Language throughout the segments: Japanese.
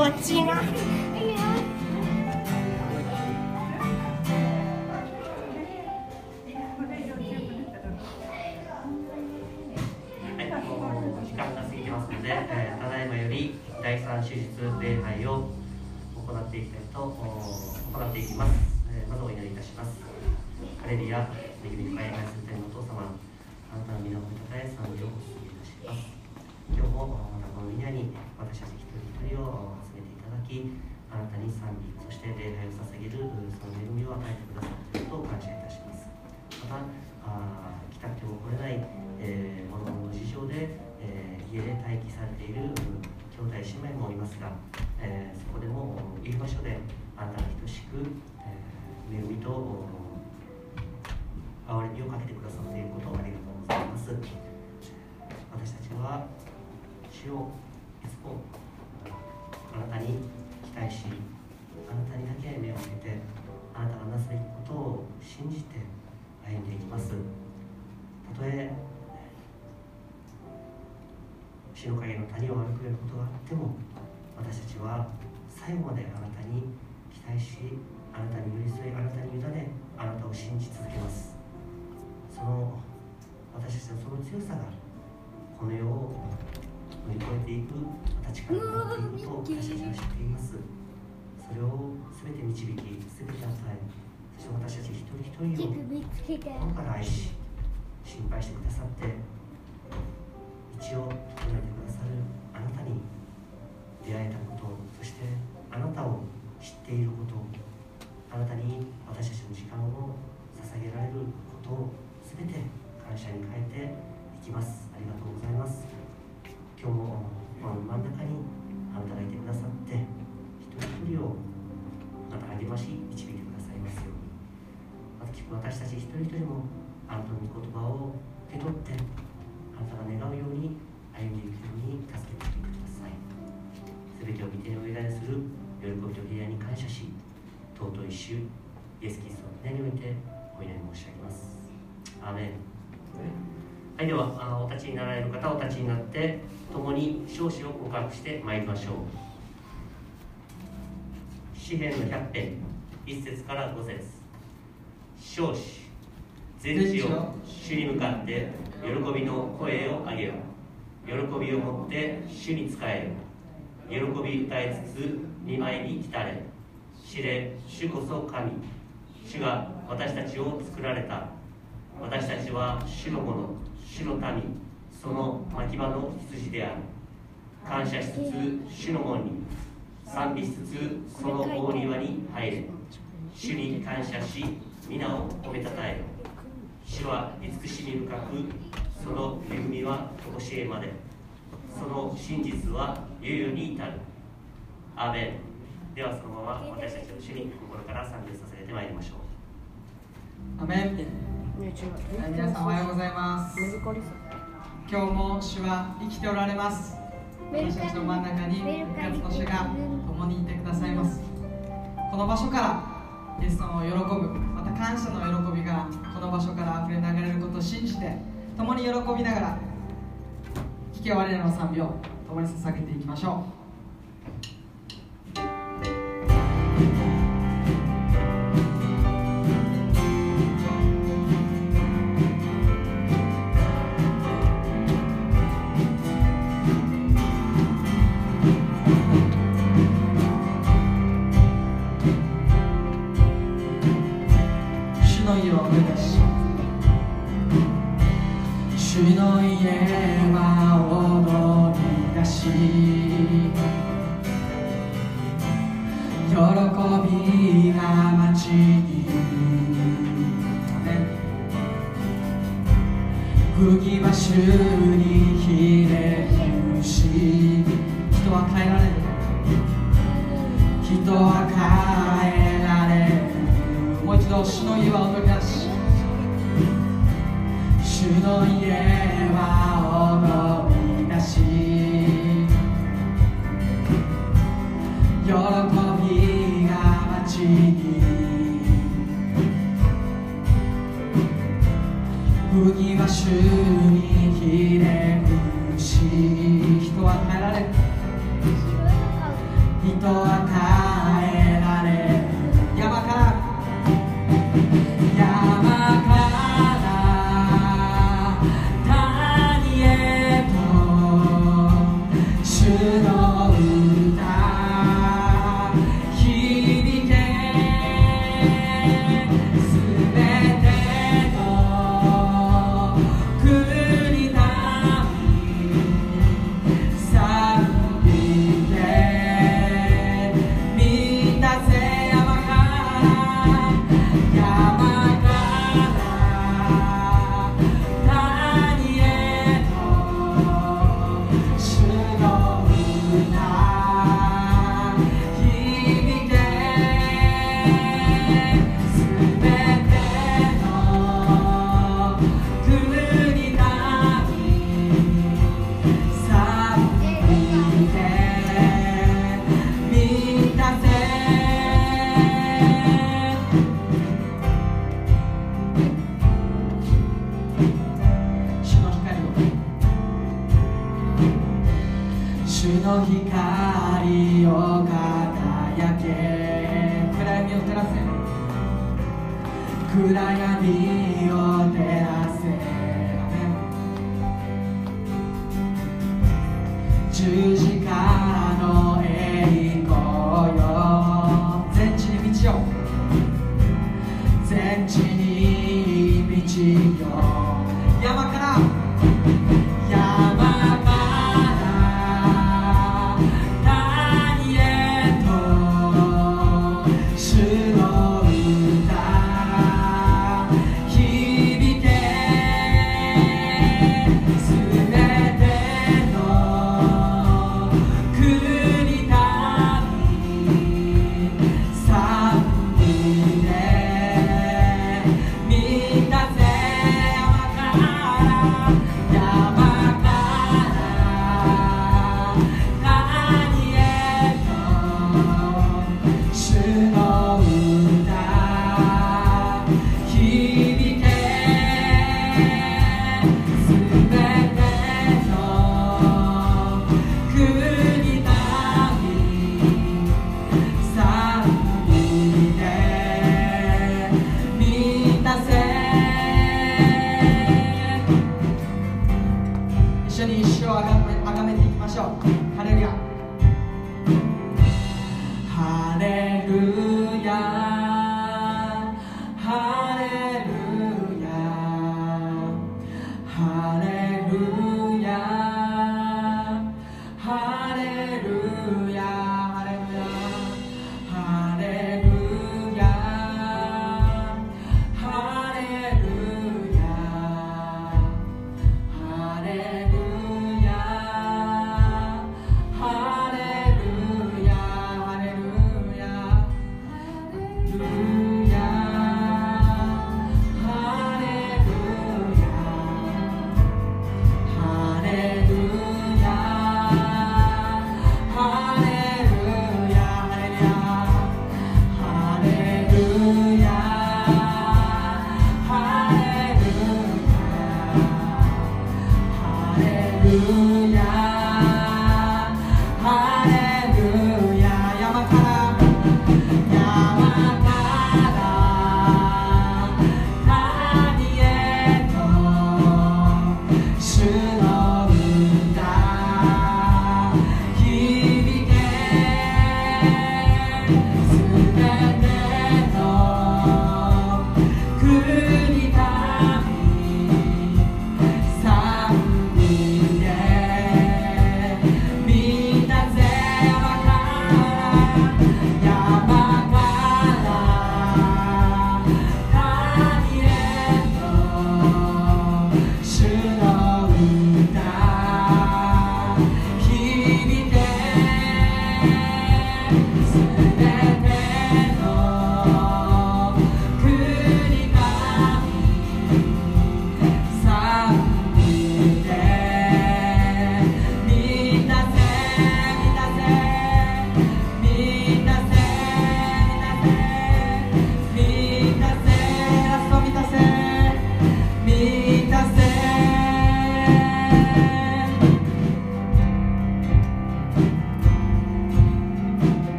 わちな。 時間が過ぎてますので、ただいまより第3手術礼拝を行っていきます。まずお祈りいたします。ハレルヤ、恵み深い愛する天のお父様、あなたの皆をたたえ賛美をお捧げいたします。今日もまたこの皆に私たち一人一人を集めていただき、あなたに賛美、そして礼拝を捧げるその恵みを与えてくださっていることを感謝いたします。また、来たっても来れない、物々の事情で、家で待機されている兄弟姉妹もいますが、そこでもいる場所であなたが等しく、恵みと憐れみをかけてくださっていることをありがとうございます。私たちは主をいつもあなたに期待し、あなたにだけ目を向けて、あなたがなすべきことを信じて歩んでいきます。たとえ死の影の谷を歩くようなことがあっても、私たちは最後まであなたに期待し、あなたに寄り添い、あなたに委ね、あなたを信じ続けます。その私たちのその強さがこの世を乗り越えていく力になっていくことを私たちは知っています。それを全て導き、全て与え、そして私たち一人一人を心から愛し、心配してくださって、道を整えてくださるあなたに出会えたこと、そしてあなたを知っていること、あなたに私たちの時間を捧げられることを全て感謝に変えていきます。ありがとうございます。今日もこの真ん中にあなたがいてくださって、一人一人をまた励まし導いてくださいますように、また聞く私たち一人一人もあなたの御言葉を受け取って、あなたが願うように歩んでいくように助けてください。すべてを御手にお願いする喜びと平安に感謝し、尊い主イエス・キリストの皆においてお祈り申し上げます。アーメン。はい、ではお立ちになられる方はお立ちになって共に証子を告白してまいりましょう。詩編の100編1節から5節。証子、全地を主に向かって喜びの声を上げよ。喜びを持って主に仕えよ。喜び歌いつつ御前に来たれ。知れ、主こそ神。主が私たちを作られた。私たちは主のもの、主の民、その牧場の羊である。感謝しつつ主の門に、賛美しつつその大庭に入れ。主に感謝し皆を褒めたたえよ。主は慈しみ深く、その恵みは常しえまで、その真実は永遠に至る。アーメン。ではそのまま私たちの主に心から賛美を捧げてまいりましょう。 アーメン。皆さんおはようございます。今日も主は生きておられます。私たちの真ん中に復活の主が共にいてくださいます。この場所からイエス様を喜ぶ、また感謝の喜びがこの場所から溢れ流れることを信じて、共に喜びながら聞き我らの賛美を共に捧げていきましょう。主の家は踊り出し、喜びが街に釘は主にひれ伏し、人は変えられる、人は変えられる。もう一度主の家は踊り出し、主の家は踊り出し、喜びが街に、釘は主にひれ伏し、人は変えられる、 人与えられ山から谷へと主の歌響けすべての国民賛美で満たせ山から谷へと主の歌響けすべての国民賛美で満たせ主の光を輝け暗闇を照らせ暗闇を照らせアメン十字架の栄光よ全地に道よ全地に道よ山から谷へと主の歌響けすべての国民賛美で満たせ山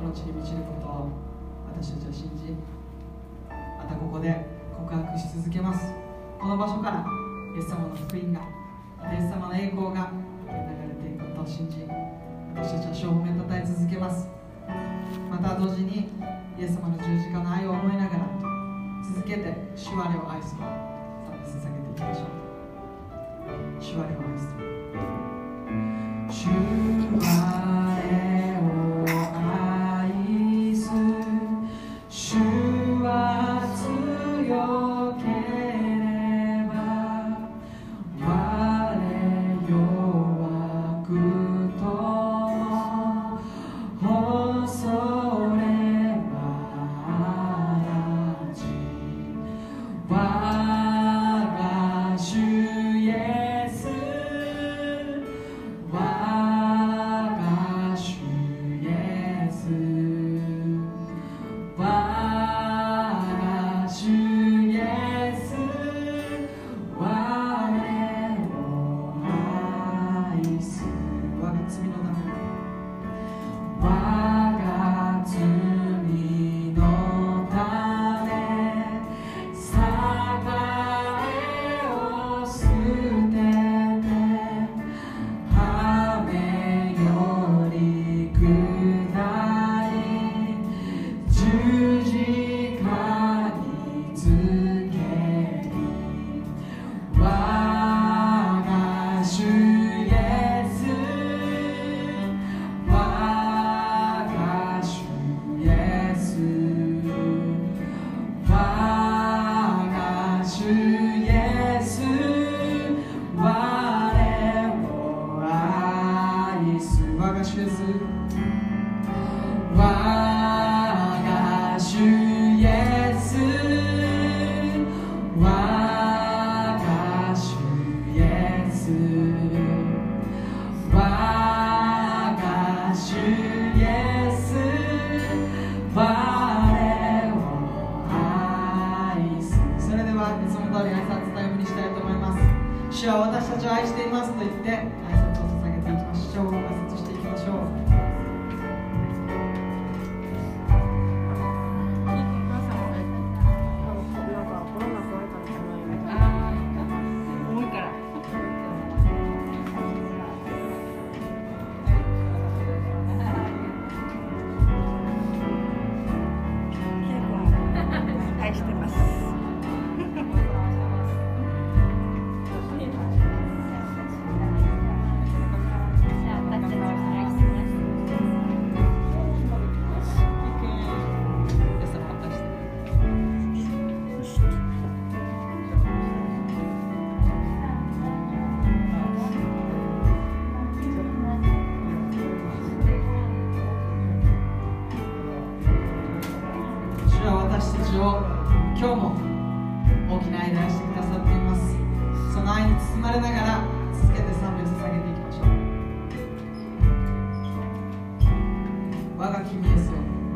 その地に導くことを私たちは信じ、またここで告白し続けます。この場所からイエス様の福音が、イエス様の栄光が流れていくことを信じ、私たちは主を褒めたたえ続けます。また同時にイエス様の十字架の愛を思いながら続けて主我を愛する賛美捧げていきましょう。主我を愛する、主我を愛す、主は強ければ我弱くとも恐れまじ、我が主イエス、我が主イエス、我が主イエス、我を愛す、我が罪のため、我が罪のため栄を捨てて雨より下り十字架につけり、我が主イエス、我が主イエス、我が主イエス、我を愛す、我が主イエス、我が主イエス、我が主イエス、我が主イエス、我を愛す。それではいつも通り挨拶タイムにしたいと思います。主は私たちを愛していますと言って挨拶を捧げていきましょう。挨拶していきましょう。 愛してます。 主は私たちを今日も大きな愛で愛してくださっています。その愛に包まれながら続けて賛美を捧げていきましょう。我が君イエスよ、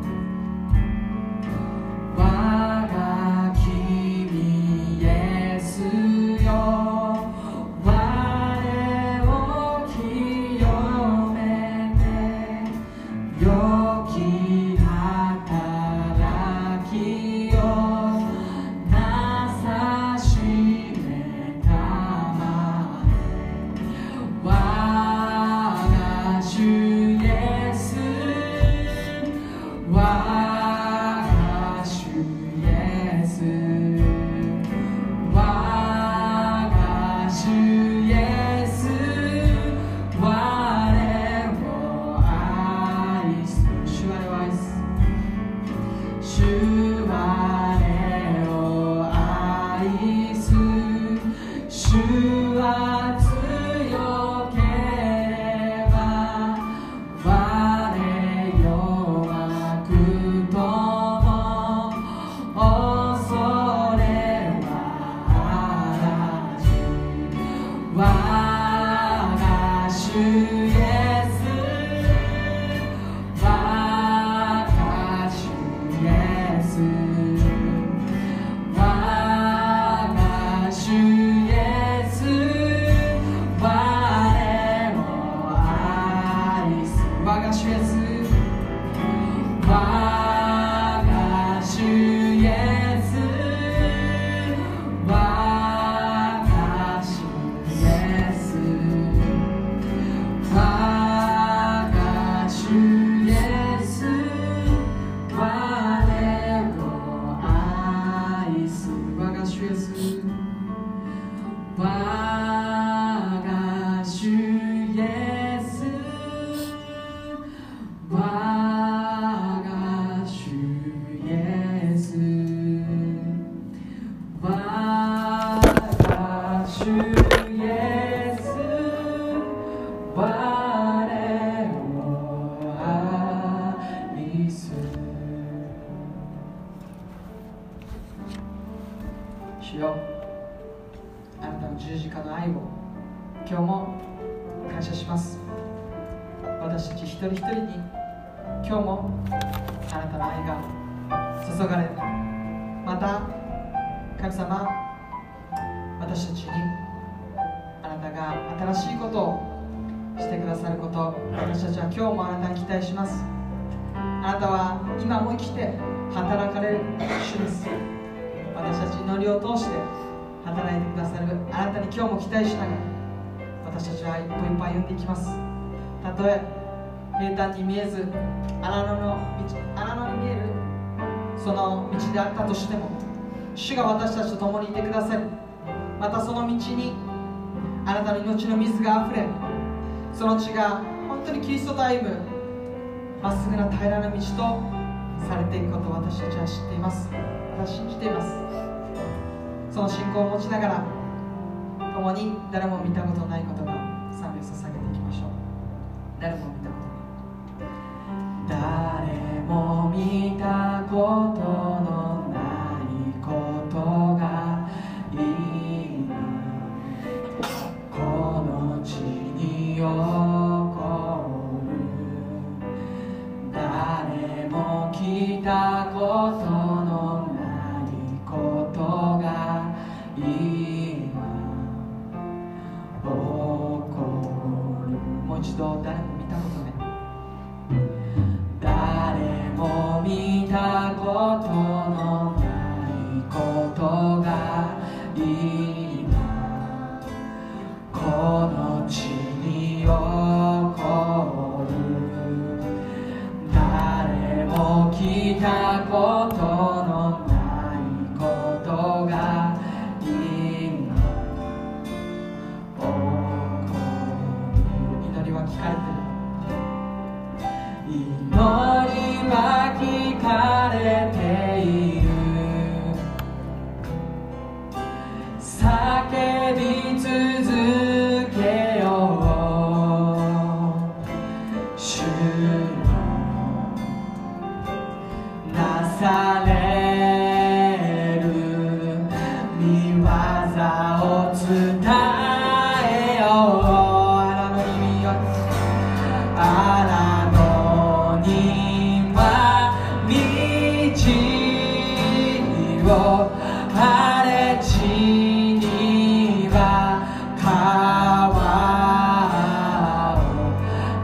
我が君イエスよ、我を清めて良き働きをなさしめたまで、我が主イエス、我我が主イエス我が主イエス我を愛す主よ、あなたの十字架の愛を今日も感謝します。私たち一人一人に今日もあなたの愛が注がれ、また神様、私たちにあなたが新しいことをしてくださること、私たちは今日もあなたに期待します。あなたは今も生きて働かれる主です。私たち祈りを通して働いてくださるあなたに今日も期待しながら、私たちは一歩一歩歩んでいきます。たとえ平坦に見えず荒野に見えるその道であったとしても、主が私たちと共にいてくださり、またその道にあなたの命の水があふれ、その地が本当にキリストと歩むまっすぐな平らな道とされていくことを私たちは知っています。また信じています。その信仰を持ちながら共に誰も見たことのないことが賛美を捧げていきましょう。誰も見たことない、誰も見たことのないことが今この地に起こる。誰も聞いたことのないことが今起こる。もう一度、誰も見たことない、誰も見たことのないことが今この地に起こる。誰も聞いたことのないことが今起こる。祈りは聞かれてる。祈りは聞かれている。叫び続けよう。主のなされる御業を伝えよう。荒野に身を荒野には道を荒れ地には川を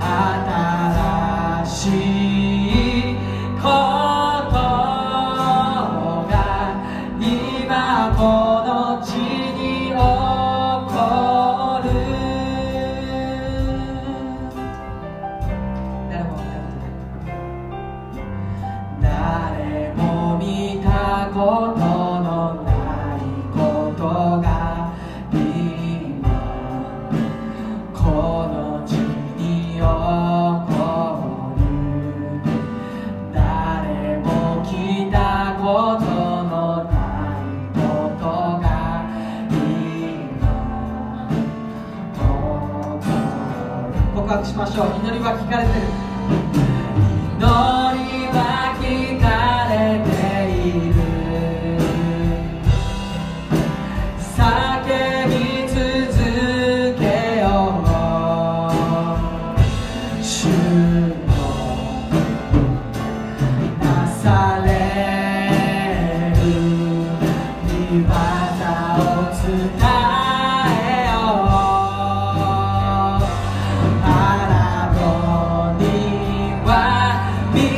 新しいことが今この地に起こる。誰も見たことのないことが今この地に起こる。誰も聞いたことのないことが今起こる。告白しましょう。祈りは聞かれてる。祈りは聞かれている。叫び続けよう。主のなされる御業を伝えよう。荒野には道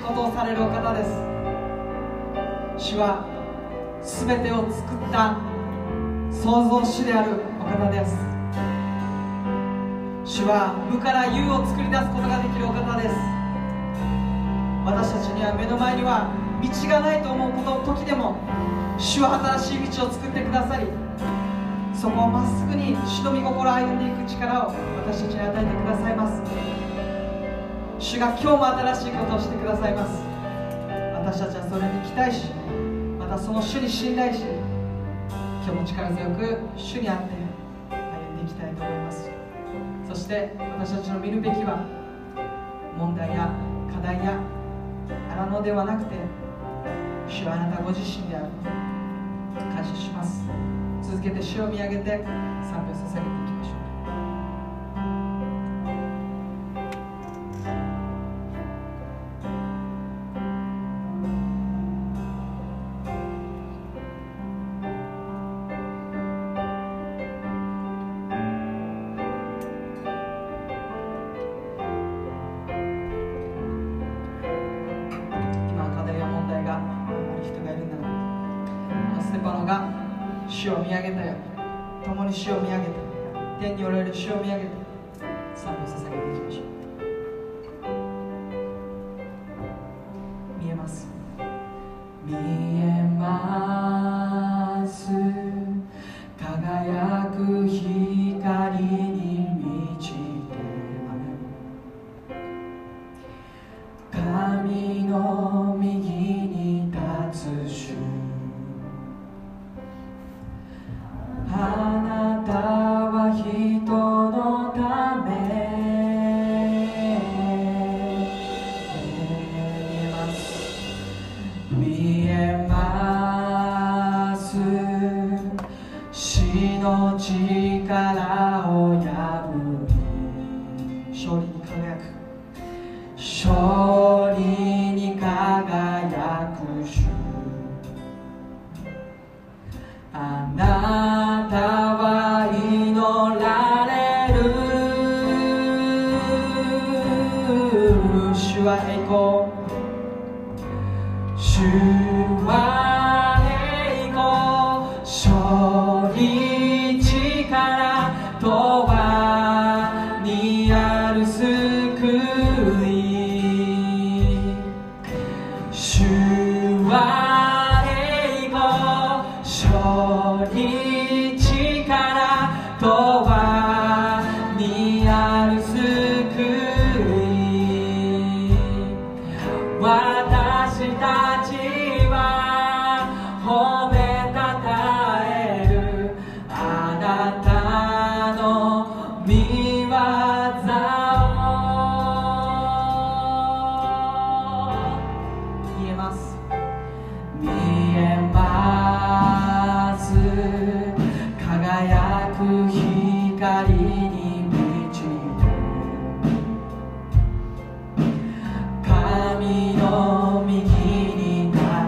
ことをされるお方です。主は全てを作った創造主であるお方です。主は無から有を作り出すことができるお方です。私たちには目の前には道がないと思う時でも、主は新しい道を作ってくださり、そこをまっすぐに主の御心を歩んでいく力を私たちに与えてくださいます。主が今日も新しいことをしてくださいます。私たちはそれに期待し、またその主に信頼し、今日も力強く主にあって歩んでいきたいと思います。そして私たちの見るべきは問題や課題や荒野ではなくて、主はあなたご自身であると感謝します。続けて主を見上げて賛美を捧げていきましょう。主を見上げたよ、共に主を見上げた、天におられる主を見上げた、賛美を捧げていきましょう。見えます、見えます、輝く光に満ちて神の右に立つ主、あなたは人のため、見えます、死の力を破り勝利に輝く、勝利に輝く主、あなたは祈られる、主は栄光、主は栄光、勝利力とはにある救い、主は栄光、勝利力とはにある救い、私たちは褒めたたえるあなたの御業を。見えます、見えます、輝く光に満ちて神の右に立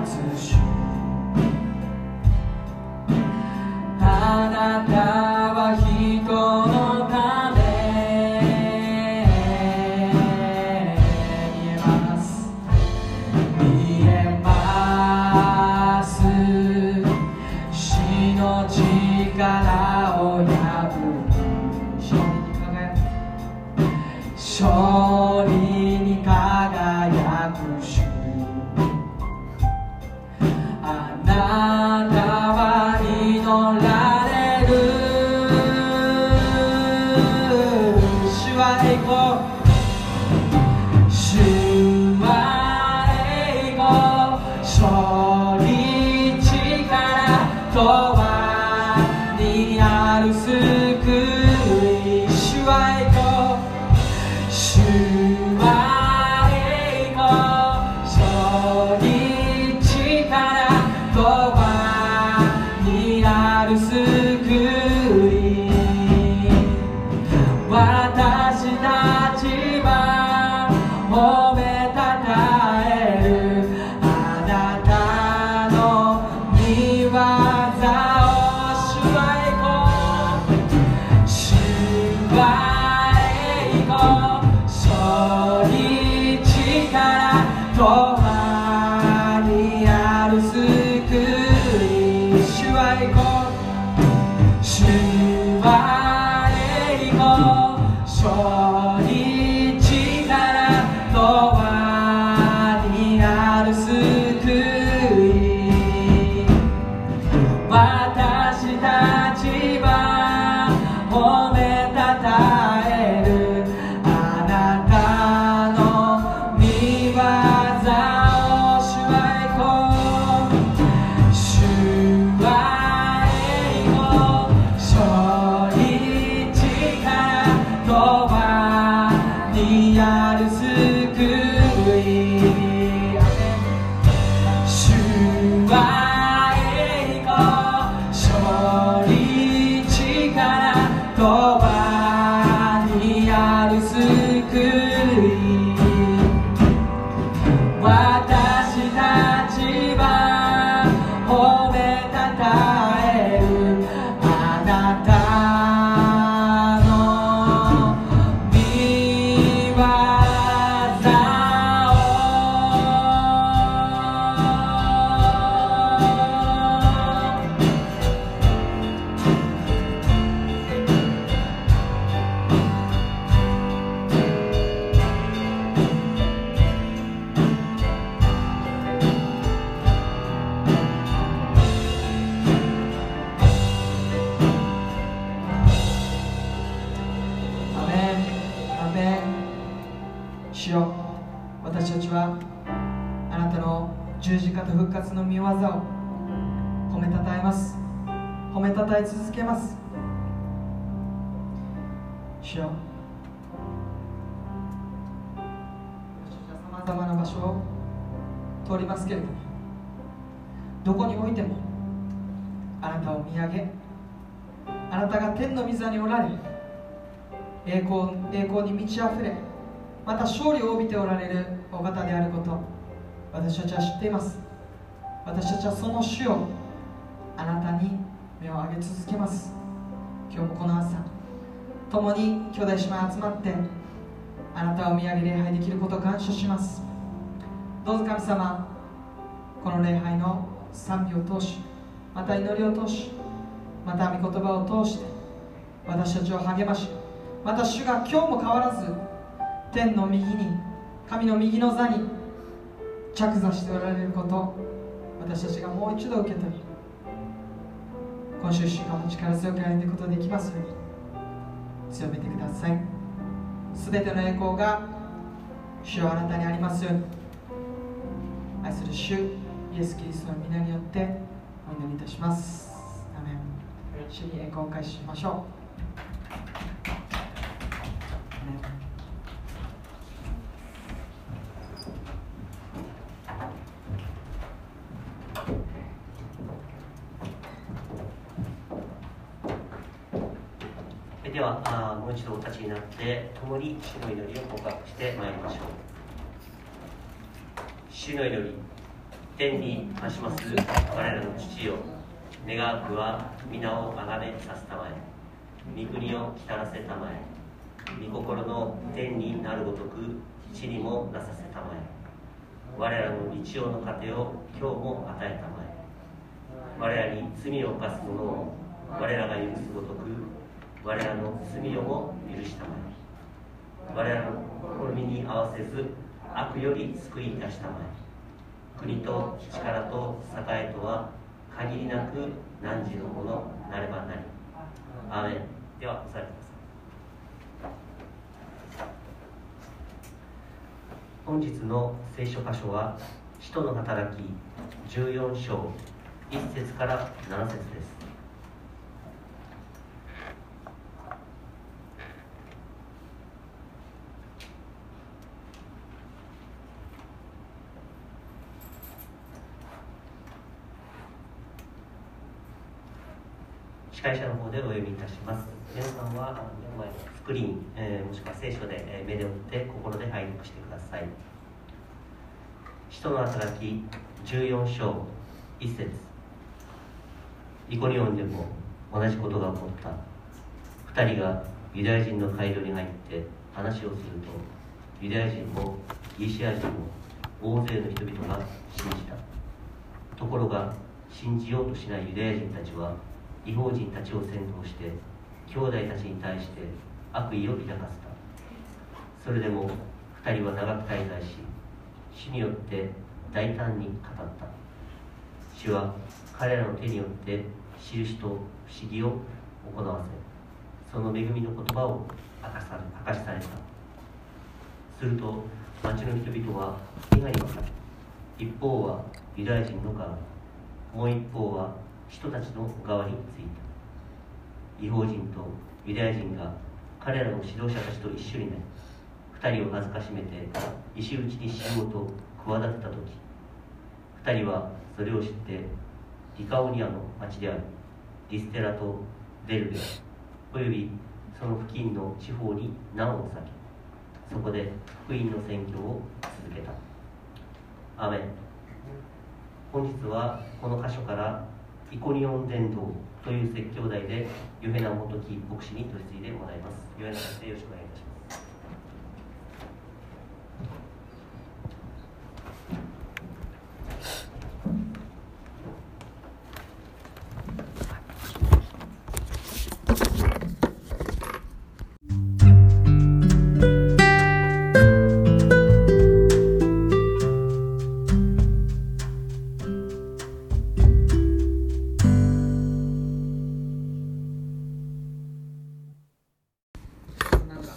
たの十字架と復活の御業を褒めたたえます。褒めたたえ続けます。主よ、さまざまな場所を通りますけれども、どこにおいてもあなたを見上げ、あなたが天の御座におられ、栄光に満ち溢れ、また勝利を帯びておられるお方であること、私たちは知っています。私たちはその主をあなたに目を上げ続けます。今日もこの朝、共に兄弟姉妹集まってあなたを見上げ礼拝できることを感謝します。どうぞ神様、この礼拝の賛美を通し、また祈りを通し、また御言葉を通して私たちを励まし、また主が今日も変わらず天の右に、神の右の座に着座しておられること、私たちがもう一度受け取り、今週1週間も力強く歩んでいくことができますように強めてください。すべての栄光が主よあなたにありますように、愛する主イエス・キリストの皆によってお祈りいたします。アメン。主に栄光を返しましょう。 ではもう一度お立ちになって共に主の祈りを告白してまいりましょう。主の祈り、天に増します我らの父よ、願わくは皆をあがめさせたまえ、御国を来たらせたまえ、御心の天になるごとく地にもなさせたまえ、我らの日曜の糧を今日も与えたまえ、我らに罪を犯す者を我らが許すごとく我らの罪をも許したまえ、我らの試みに合わせず悪より救い出したまえ、国と力と栄とは限りなく汝のものなればなり。アーメン。ではお座りください。本日の聖書箇所は使徒の働き14章1節から7節です。司会者の方でお読みいたします。皆さんは目の前のスクリーン、もしくは聖書で目で追って心で拝読してください。使徒の働き14章1節。イコニオンでも同じことが起こった。2人がユダヤ人の街道に入って話をすると、ユダヤ人もギリシア人も大勢の人々が信じた。ところが信じようとしないユダヤ人たちは異邦人たちを先導して兄弟たちに対して悪意を抱かせた。それでも2人は長く滞在し、主によって大胆に語った。主は彼らの手によって印と不思議を行わせ、その恵みの言葉を明かしされた。すると町の人々は2派に分かれ、一方はユダヤ人の側、もう一方は人たちの側についた。異邦人とユダヤ人が彼らの指導者たちと一緒になり、2人を恥ずかしめて石打ちにしようと企てたとき、2人はそれを知ってリカオニアの町であるリステラとデルベおよびその付近の地方に難を避け、そこで福音の宣教を続けた。アーメン。本日はこの箇所からイコニオン伝道という説教題でヨヘナ元木牧師に取り次いでもらいます。ヨヘナ先生、よろしくお願いいたします。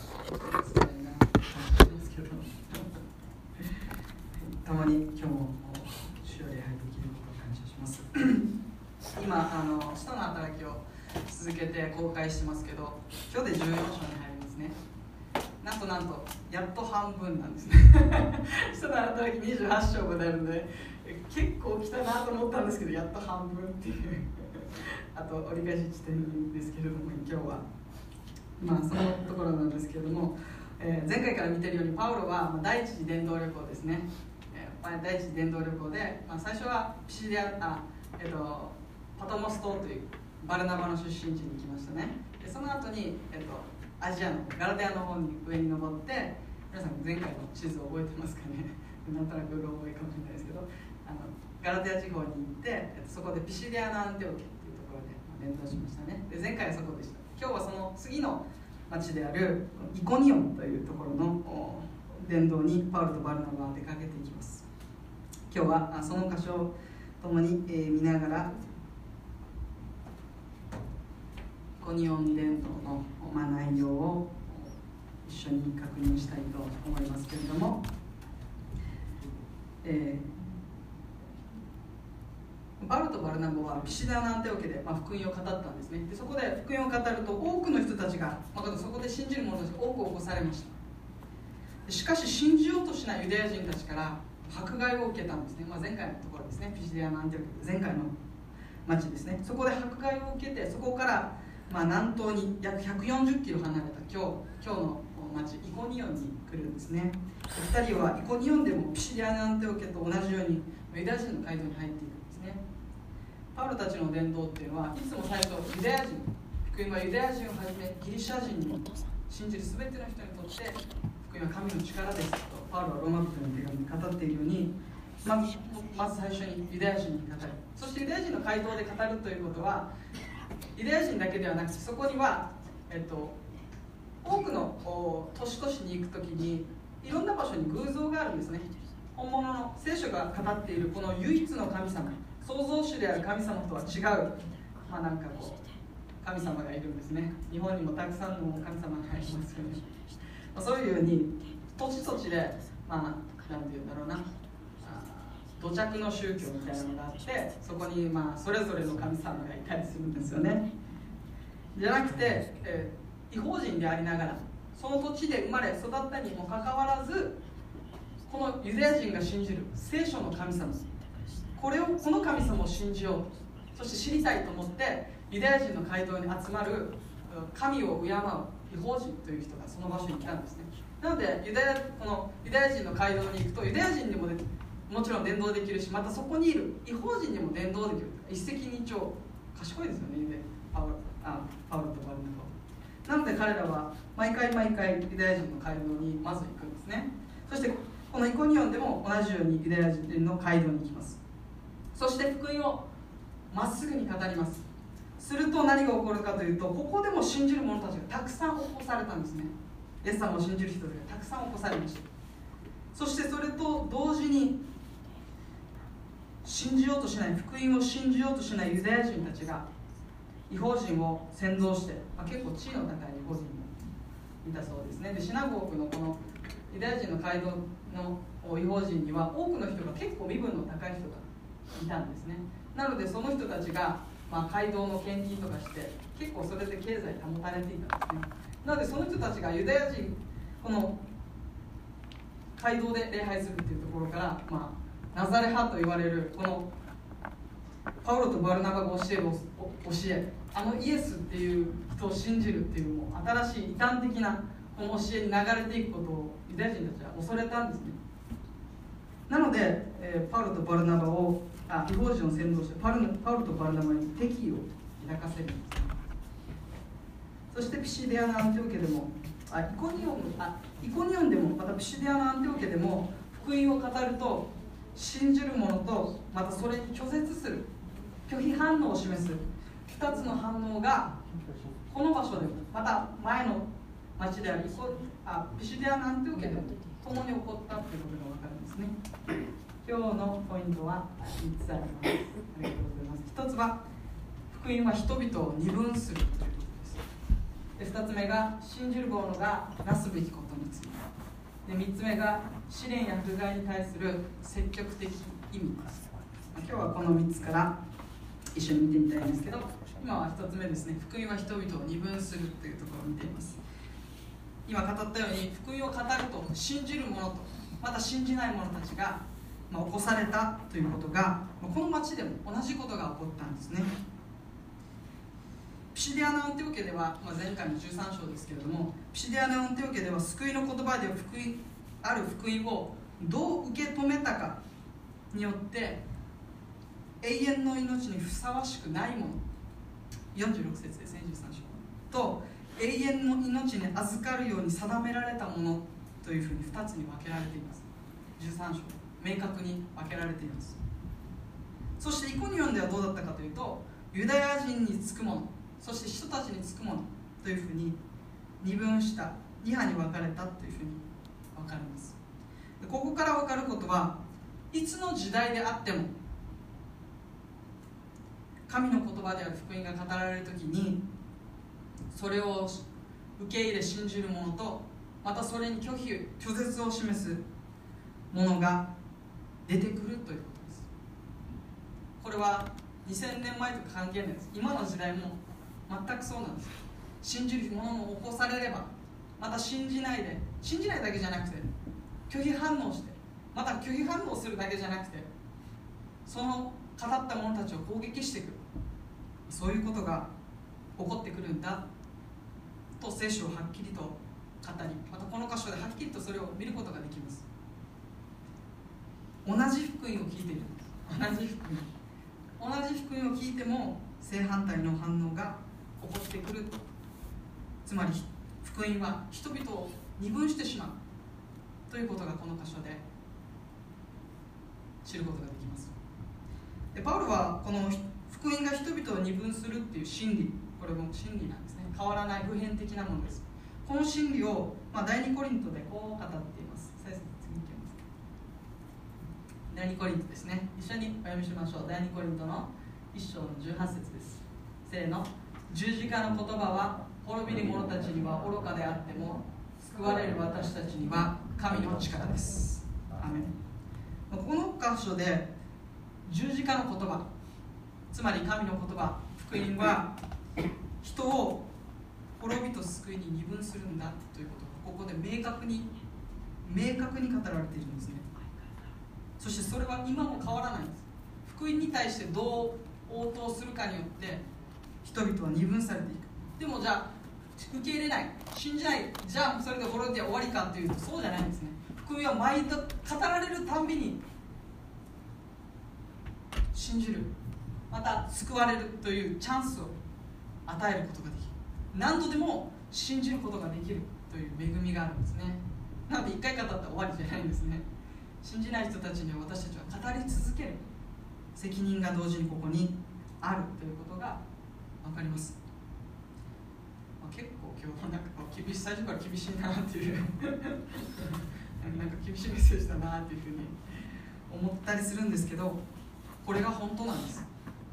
共に今日も今使徒の働きを続けて公開してますけど、今日で14章に入るんですね。なんとやっと半分なんですね使徒の働き28章まであるので結構来たなと思ったんですけど、やっと半分っていうあと折り返し地点ですけれども、今日はそのところなんですけれども、前回から見ているようにパウロは第一次伝道旅行ですね、第一次伝道旅行で、最初はピシデアパトモス島というバルナバの出身地に行きましたね。でその後に、アジアのガラテアの方に上に登って、皆さん前回の地図を覚えてますかねなんとなくうろ覚えかもしれないですけど、ガラテア地方に行って、そこでピシデアのアンテオケっていうところで伝道しましたね。で前回はそこでした。今日はその次の町であるイコニオンというところの伝道にパウロとバルナバは出かけていきます。今日はその箇所を共に見ながら、イコニオン伝道の内容を一緒に確認したいと思いますけれども、パウロとバルナバはピシダのアンテオケで、福音を語ったんですね。でそこで福音を語ると多くの人たちが、そこで信じる者たちが多く起こされました。しかし信じようとしないユダヤ人たちから迫害を受けたんですね。前回のところですね、ピシデアのアンテオケ、前回の町ですね。そこで迫害を受けて、そこから南東に約140キロ離れた今日の町イコニオンに来るんですね。2人はイコニオンでもピシデアのアンテオケと同じようにユダヤ人の街道に入っていくんですね。パウロたちの伝道っていうのはいつも最初ユダヤ人、福音はユダヤ人をはじめギリシャ人に信じる全ての人にとって福音は神の力ですとパウロはローマ人の手紙に語っているように、まず最初にユダヤ人に語る。そしてユダヤ人の街道で語るということは、ユダヤ人だけではなくて、そこには、多くの都市に行くときにいろんな場所に偶像があるんですね。本物の聖書が語っているこの唯一の神様、創造主である神様とは違う、神様がいるんですね。日本にもたくさんの神様がいますよね。そういうように土地土地で、なんていうんだろうな、土着の宗教みたいなのがあって、そこにそれぞれの神様がいたりするんですよね。じゃなくて、異邦人でありながらその土地で生まれ育ったにもかかわらず、このユダヤ人が信じる聖書の神様、この神様を信じよう、そして知りたいと思ってユダヤ人の街道に集まる神を敬う異邦人という人がその場所に来たんですね。なのでこのユダヤ人の街道に行くと、ユダヤ人にももちろん伝道できるし、またそこにいる異邦人にも伝道できる。一石二鳥、賢いですよね、パウロとバルナバ。なので彼らは毎回ユダヤ人の街道にまず行くんですね。そしてこのイコニオンでも同じようにユダヤ人の街道に行きます。そして福音をまっすぐに語ります。すると何が起こるかというと、ここでも信じる者たちがたくさん起こされたんですね。イエス様を信じる人たちがたくさん起こされました。そしてそれと同時に、信じようとしない、福音を信じようとしないユダヤ人たちが異邦人を先導して、結構地位の高い異邦人もいたそうですね。でシナゴークのこのユダヤ人の街道の異邦人には多くの人が結構身分の高い人がいたんですね。なのでその人たちが、街道の献金とかして結構それで経済保たれていたんですね。なのでその人たちがユダヤ人、この街道で礼拝するっていうところから、ナザレ派と言われるこのパウロとバルナバが教える教え、イエスっていう人を信じるっていうもう新しい異端的なこの教えに流れていくことをユダヤ人たちは恐れたんですね。なので、パウロとバルナバを異邦人を先導してパウロとバルナバに敵意を抱かせるんですね。そしてピシデアのアンテオケでもイコニオンでもまたピシデアのアンテオケでも福音を語ると、信じる者とまたそれに拒絶する拒否反応を示す2つの反応がこの場所でも、また前の町であるピシデアのアンテオケでも共に起こったということが分かるんですね。今日のポイントは3つあります。ありがとうございます。1つは福音は人々を二分するということです。で2つ目が信じる者がなすべきことについて、で3つ目が試練や迫害に対する積極的意味です。今日はこの3つから一緒に見てみたいんですけど、今は1つ目ですね。福音は人々を二分するというところを見ています。今語ったように、福音を語ると信じる者とまた信じない者たちが、起こされたということが、この町でも同じことが起こったんですね。ピシディアのアンティオケでは、前回の13章ですけれども、ピシディアのアンティオケでは救いの言葉である福音をどう受け止めたかによって永遠の命にふさわしくないもの、46節ですね、13章と永遠の命に預かるように定められたものというふうに2つに分けられています。13章明確に分けられています。そしてイコニオンではどうだったかというと、ユダヤ人につくもの、そして人たちにつくものというふうに二分した、2派に分かれたというふうに分かります。ここから分かることは、いつの時代であっても神の言葉である福音が語られるときに、それを受け入れ信じる者と、またそれに拒絶を示す者が出てくるということです。これは2000年前とか関係ないです。今の時代も全くそうなんです。信じる者も起こされれば、また信じないだけじゃなくて拒否反応して、また拒否反応するだけじゃなくて、その語った者たちを攻撃してくる、そういうことが起こってくるんだと聖書をはっきりと語り、またこの箇所ではっきりとそれを見ることができます。同じ福音を聞いているんです。同じ福音を聞いても正反対の反応が起こってくる。つまり福音は人々を二分してしまうということがこの箇所で知ることができます。でパウロはこの福音が人々を二分するっていう真理、これも真理なんですね。変わらない普遍的なものです。この真理を、第2コリントでこう語っています。先生、次いきます。第2コリントですね。一緒にお読みしましょう。第2コリントの1章の18節です。せーの。十字架の言葉は滅びる者たちには愚かであっても、救われる私たちには神の力です。アメン。この箇所で十字架の言葉、つまり神の言葉、福音は人を滅びと救いに二分するんだということがここで明確に語られているんですね。そしてそれは今も変わらないんです。福音に対してどう応答するかによって人々は二分されていく。でもじゃあ受け入れない、信じない、じゃあそれで滅びて終わりかというとそうじゃないんですね。福音は毎度語られるたんびに信じる、また救われるというチャンスを与えることができる。何度でも信じることができるという恵みがあるんですね。なので一回語ったら終わりじゃないんですね。信じない人たちには私たちは語り続ける責任が同時にここにあるということが分かります。結構今日なんか最初から厳しいなっていうなんか厳しいメッセージだなっていうふうに思ったりするんですけど、これが本当なんです。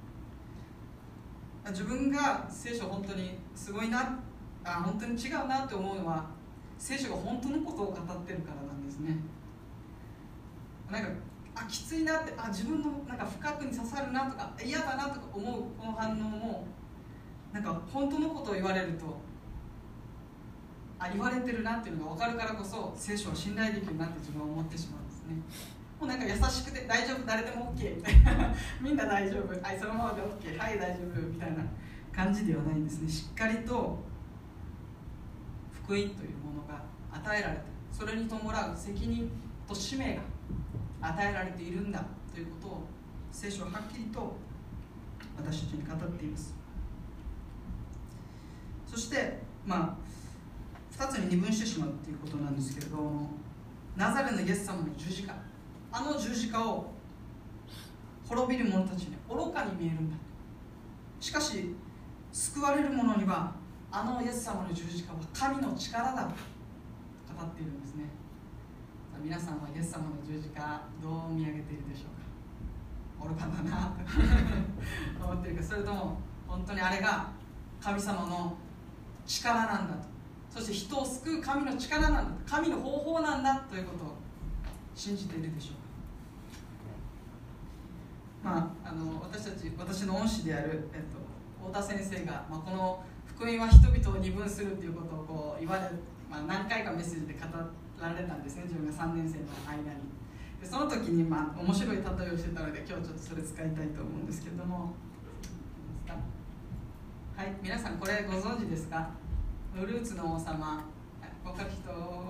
自分が聖書本当にすごいな、本当に違うなって思うのは、聖書が本当のことを語ってるからなんですね。なんかきついなって、自分のなんか深くに刺さるなとか嫌だなとか思うこの反応も、なんか本当のことを言われると言われてるなっていうのが分かるからこそ、聖書を信頼できるなって自分は思ってしまうんですね。もうなんか優しくて大丈夫、誰でも OK みたいなみんな大丈夫、そのままで OK、 はい大丈夫みたいな感じではないんですね。しっかりと福音というものが与えられて、それに伴う責任と使命が与えられているんだということを聖書ははっきりと私たちに語っています。そして2つに二分してしまうということなんですけれども、ナザレのイエス様の十字架、あの十字架を滅びる者たちに愚かに見えるんだ。しかし救われる者にはあのイエス様の十字架は神の力だと語っているんですね。皆さんはイエス様の十字架どう見上げているでしょうか。愚かだなと思っているか、それとも本当にあれが神様の力なんだと、そして人を救う神の力なんだ、神の方法なんだということを信じているでしょうか。 私の恩師である、太田先生が、この福音は人々を二分するということをこう言われ、何回かメッセージで語られたんですね、自分が3年生の間に。でその時に、面白い例えをしてたので、今日ちょっとそれ使いたいと思うんですけれども、はい、皆さんこれご存知ですか？フルーツの王様、ご書く人、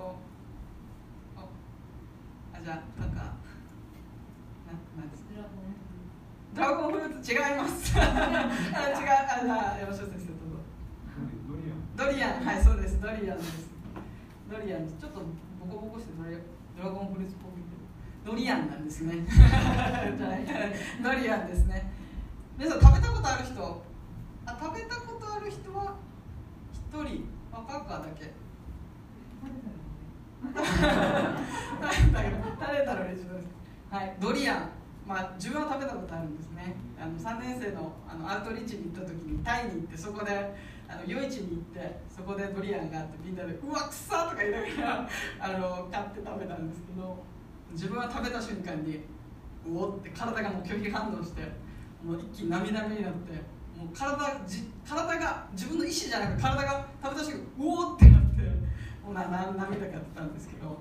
じゃあなんか何ですか？ドラゴンフルーツ違います違う、じゃあ山下先生どうぞ。ドリアン、はい、そうです、ドリアンです。ドリアン、ちょっとボコボコしてドラゴンフルーツっぽくてドリアンなんですねドリアンですね。皆さん食べたことある人、食べたことある人は1人、パッカーだけ食べたのに自分です。はい、ドリアン、自分は食べたことあるんですね。3年生の、アウトリーチに行った時にタイに行って、そこで夜市に行って、そこでドリアンがあってみんなでうわくさとか言いながら買って食べたんですけど、自分は食べた瞬間にうおって体がもう拒否反応して、もう一気に涙目になって、もう体が自分の意思じゃなく体が食べた瞬間うおってなって、もう涙が出たんですけど、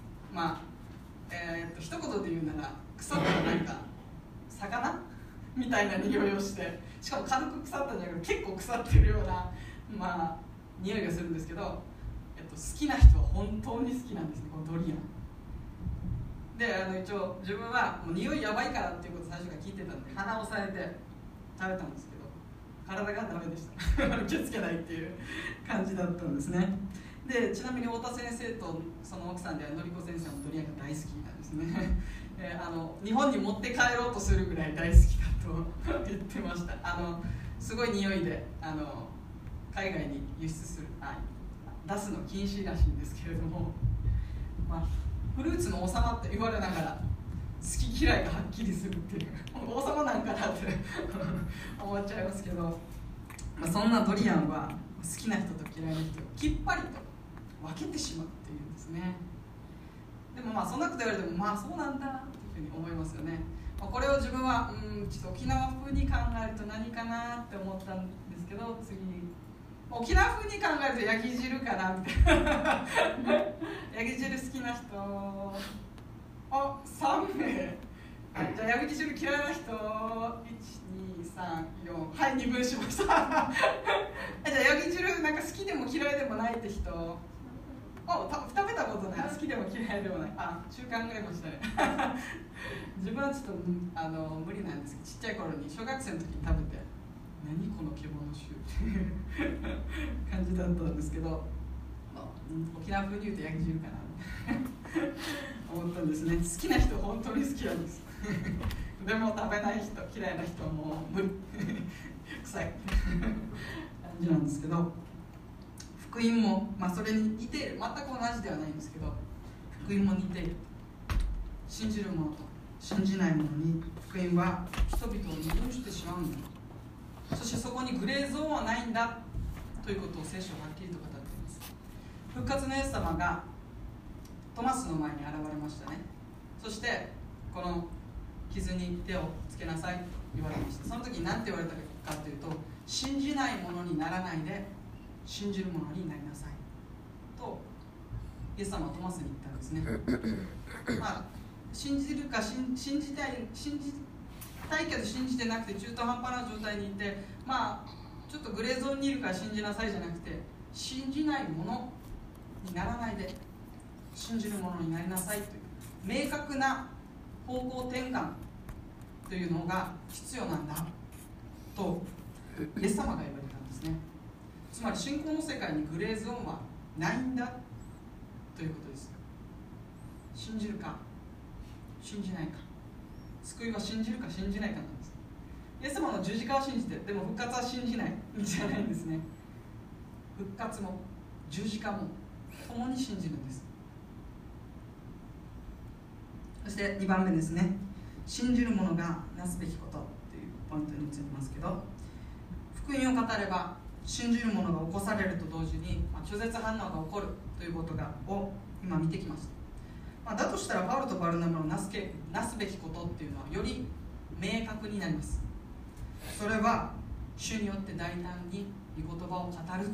一言で言うなら腐ったなんか魚みたいな匂いをして、しかも軽く腐ったんじゃなくて結構腐ってるような匂いがするんですけど、好きな人は本当に好きなんですね、このドリアンで。一応自分はもう匂いやばいからっていうことを最初から聞いてたんで鼻を押さえて食べたんですけど、体がダメでした受け付けないっていう感じだったんですね。でちなみに太田先生とその奥さんであるのりこ先生もドリアンが大好きなんですね日本に持って帰ろうとするぐらい大好きだと言ってました。すごい匂いで海外に輸出する出すの禁止らしいんですけれども、フルーツの王様って言われながら好き嫌いがはっきりするっていう王様なんかなって思っちゃいますけど、そんなドリアンは好きな人と嫌いな人をきっぱりと分けてしまうっていうんですね。でもそんなこと言われてもそうなんだっていうふうに思いますよね。これを自分はちょっと沖縄風に考えると何かなって思ったんですけど、次沖縄風に考えるとヤギ汁かなみたいなヤギ汁好きな人3名、じゃあヤギ汁嫌いな人1、2、3、4、はい、2分しましたじゃあヤギ汁なんか好きでも嫌いでもないって人、食べたことない、好きでも嫌いでもない、中間ぐらいましたね自分はちょっと無理なんですけど、ちっちゃい頃に小学生の時に食べて何この獣臭っていう感じだったんですけど、沖縄風に言うとヤギ汁かな思ったんですね。好きな人本当に好きなんですでも食べない人、嫌いな人はもう無理臭い感じなんですけど、福音も、それに似ている、全く同じではないんですけど、福音も似ている。信じる者と信じない者に福音は人々を二分してしまうんだ。そしてそこにグレーゾーンはないんだということを聖書ははっきりと語っています。復活のイエス様がトマスの前に現れましたね。そしてこの傷に手をつけなさいと言われました。その時に何て言われたかというと、信じない者にならないで信じる者になりなさいとイエス様はトマスに言ったんですね信じるか信じたいけど信じてなくて中途半端な状態にいて、ちょっとグレーゾーンにいるから信じなさいじゃなくて、信じない者にならないで信じる者になりなさいという明確な方向転換というのが必要なんだとイエス様が言われたんですね。つまり信仰の世界にグレーゾーンはないんだということです。信じるか信じないか、救いは信じるか信じないかなんです。イエス様の十字架を信じて、でも復活は信じないじゃないんですね。復活も十字架も共に信じるんです。そして2番目ですね、信じる者がなすべきことというポイントに移りますけど、福音を語れば信じる者が起こされると同時に、拒絶反応が起こるということを今見てきました。だとしたらパウロとバルナバのなすべきことっていうのはより明確になります。それは主によって大胆に御言葉を語るということです。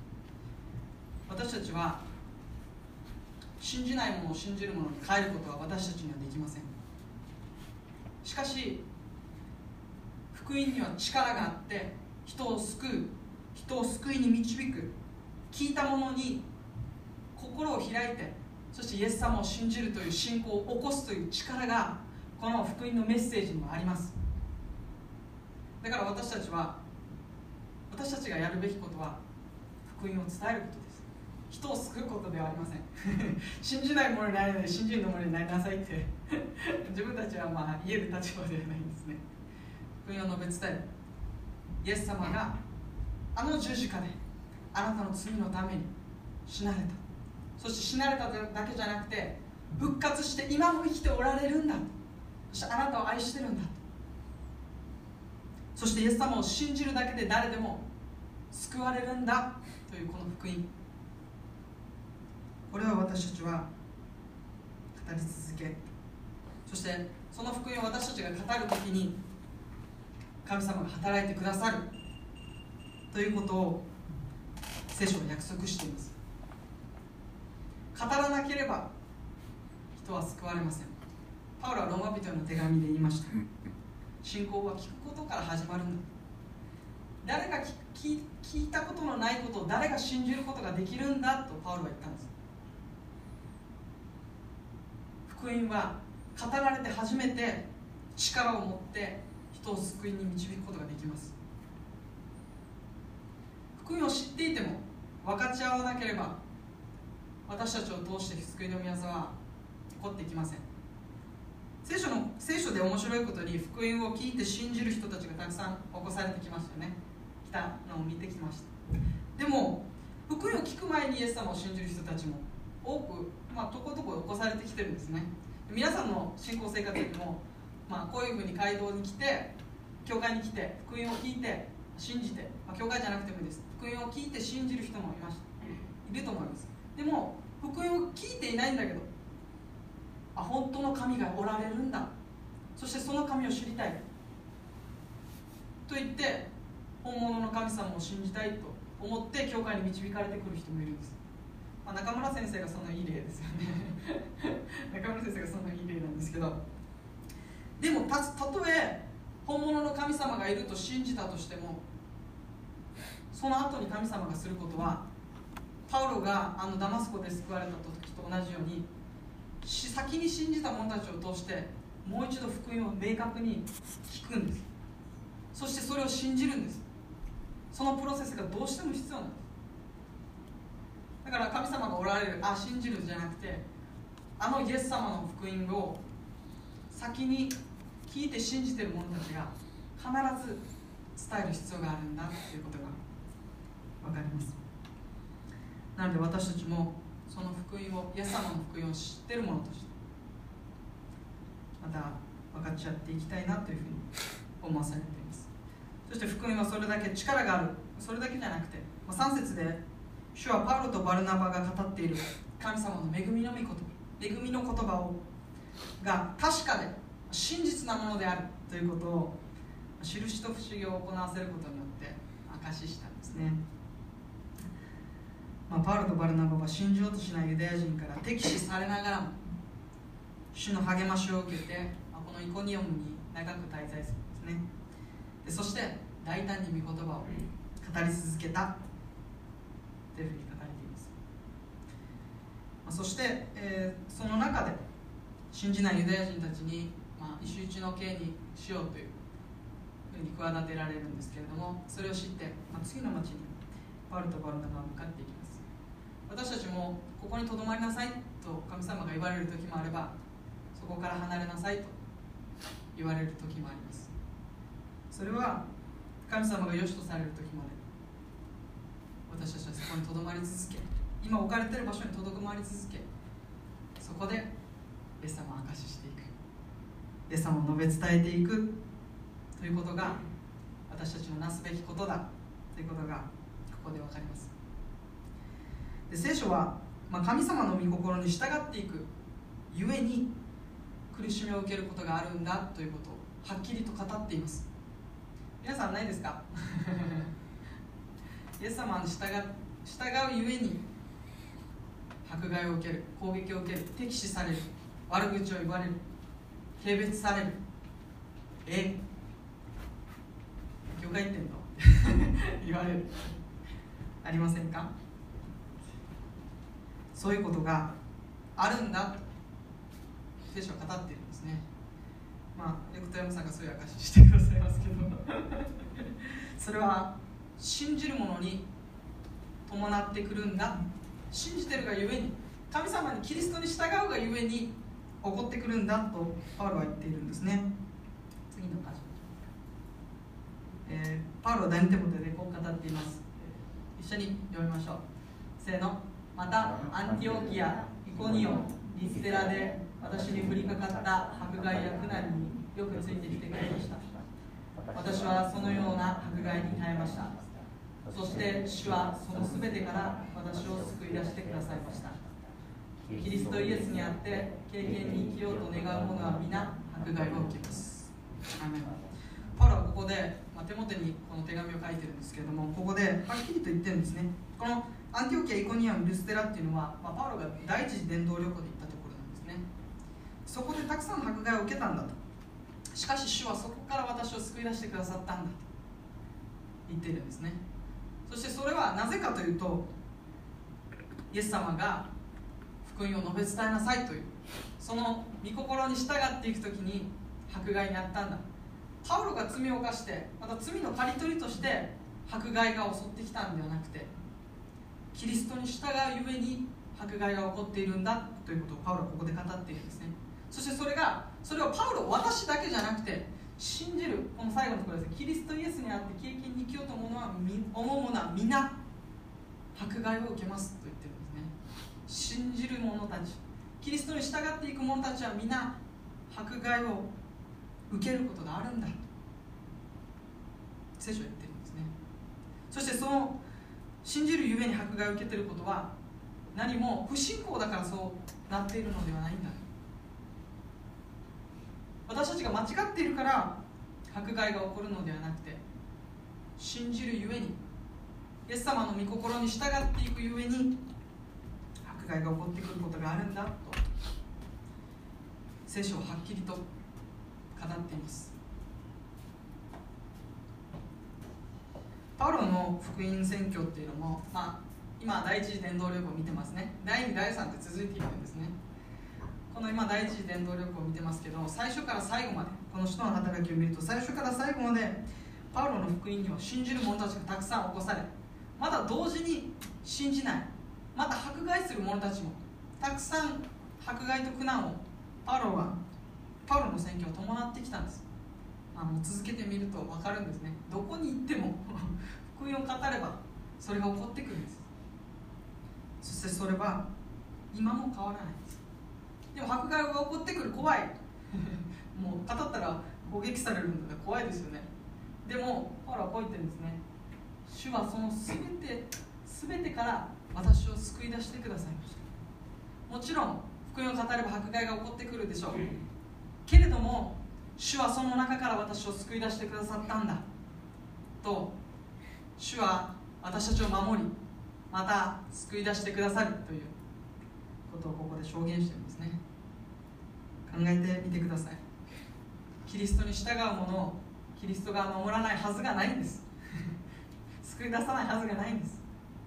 私たちは信じないものを信じるものに変えることは私たちにはできません。しかし福音には力があって、人を救いに導く、聞いたものに心を開いて、そしてイエス様を信じるという信仰を起こすという力がこの福音のメッセージにもあります。だから私たちがやるべきことは福音を伝えることです。人を救うことではありません信じないものになれない、信じるものになりなさいって自分たちは言える立場ではないんですね。福音を述べ伝える。イエス様があの十字架であなたの罪のために死なれた。そして死なれただけじゃなくて復活して今も生きておられるんだ。そしてあなたを愛してるんだ。そしてイエス様を信じるだけで誰でも救われるんだというこの福音、これを私たちは語り続け、そしてその福音を私たちが語るときに神様が働いてくださるということを聖書は約束しています。語らなければ人は救われません。パウロはローマ人への手紙で言いました。信仰は聞くことから始まるんだ。誰が聞いたことのないことを誰が信じることができるんだとパウロは言ったんです。福音は語られて初めて力を持って人を救いに導くことができます。福音を知っていても分かち合わなければ私たちを通して救いの御業は起こっていきません。聖書で面白いことに福音を聞いて信じる人たちがたくさん起こされてきましたよね。来たのを見てきました。でも福音を聞く前にイエス様を信じる人たちも多く、とこどこ起こされてきてるんですね。皆さんの信仰生活でも、こういうふうに街道に来て、教会に来て福音を聞いて信じて、教会じゃなくてもいいです。福音を聞いて信じる人もいると思います。でも福音を聞いていないんだけど、本当の神がおられるんだ、そしてその神を知りたいと言って本物の神様を信じたいと思って教会に導かれてくる人もいるんです。中村先生がそのいい例ですよね中村先生がそのいい例なんですけど、でもたとえ本物の神様がいると信じたとしても、その後に神様がすることは、パウロがダマスコで救われた時と同じように、先に信じた者たちを通してもう一度福音を明確に聞くんです。そしてそれを信じるんです。そのプロセスがどうしても必要なんです。だから神様がおられる、信じるじゃなくて、イエス様の福音を先に聞いて信じている者たちが必ず伝える必要があるんだということが分かります。なので私たちもその福音を、イエス様の福音を知っている者としてまた分かち合っていきたいなというふうに思わされています。そして福音はそれだけ力がある、それだけじゃなくて、3節で主はパウロとバルナバが語っている神様の恵みの御言葉、恵みの言葉が確かで真実なものであるということを印と不思議を行わせることによって証ししたんですね。パウロとバルナバは信じようとしないユダヤ人から敵視されながらも主の励ましを受けて、このイコニオムに長く滞在するんですね。そして大胆に御言葉を語り続けたというふうに書かれています。そして、その中で信じないユダヤ人たちに、一種の刑にしようというふうに企てられるんですけれども、それを知って、次の町にパウロとバルナバは向かっていきます。私たちもここにとどまりなさいと神様が言われる時もあれば、そこから離れなさいと言われる時もあります。それは神様が良しとされる時まで私たちはそこにとどまり続け、今置かれている場所にとどまり続け、そこでイエス様を証ししていく、イエス様を述べ伝えていくということが私たちのなすべきことだということがここで分かります。で、聖書は、神様の御心に従っていくゆえに苦しみを受けることがあるんだということをはっきりと語っています。皆さんないですか？イエス様に従うゆえに迫害を受ける、攻撃を受ける、敵視される、悪口を言われる、軽蔑される。教会行ってんの言われる。ありませんか？そういうことがあるんだと聖書は語っているんですね。よく富山さんがそういう証ししてくださいますけどそれは信じる者に伴ってくるんだ。信じてるがゆえに、神様にキリストに従うがゆえに起こってくるんだとパウロは言っているんですね。次の箇所、パウロは第二テモテでこう語っています。一緒に読みましょう。せーの。またアンティオキア、イコニオン、リステラで私に降りかかった迫害や苦難によくついてきてくれました。私はそのような迫害に耐えました。そして主はそのすべてから私を救い出してくださいました。キリストイエスにあって経験に生きようと願う者は皆迫害を受けます。パウロはここで、テモテにこの手紙を書いてるんですけれども、ここではっきりと言ってるんですね。このアンティオキア、イコニアム、ルステラっていうのは、パウロが第一次伝道旅行で行ったところなんですね。そこでたくさんの迫害を受けたんだと。しかし主はそこから私を救い出してくださったんだと言っているんですね。そしてそれはなぜかというと、イエス様が福音を述べ伝えなさいというその御心に従っていくときに迫害にあったんだ。パウロが罪を犯して、また罪の刈り取りとして迫害が襲ってきたんではなくて、キリストに従うゆえに迫害が起こっているんだということをパウロはここで語っているんですね。そしてそれをパウロ、私だけじゃなくて、信じる、この最後のところですね、キリストイエスにあって経験に生きようと思う者は皆迫害を受けますと言ってるんですね。信じる者たち、キリストに従っていく者たちは皆迫害を受けることがあるんだと聖書は言ってるんですね。そしてその信じるゆえに迫害を受けていることは何も不信仰だからそうなっているのではないんだ。私たちが間違っているから迫害が起こるのではなくて、信じるゆえに、イエス様の御心に従っていくゆえに迫害が起こってくることがあるんだと聖書ははっきりと語っています。パウロの福音宣教っていうのも、今第一次伝道旅行を見てますね。第2、第3って続いているんですね。この今第一次伝道旅行を見てますけど、最初から最後まで、この使徒の働きを見ると最初から最後までパウロの福音には信じる者たちがたくさん起こされ、まだ同時に信じない、また迫害する者たちもたくさん迫害と苦難をパウロの宣教を伴ってきたんです。続けてみると分かるんですね。どこに行っても福音を語ればそれが起こってくるんです。そしてそれは今も変わらないんです。でも迫害が起こってくる、怖いもう語ったら攻撃されるので怖いですよね。でもパウロはこう言ってるんですね。主はその全てから私を救い出してくださいました。もちろん福音を語れば迫害が起こってくるでしょうけれども、主はその中から私を救い出してくださったんだと、主は私たちを守り、また救い出してくださるということをここで証言しているんですね。考えてみてください。キリストに従う者をキリストが守らないはずがないんです救い出さないはずがないんです。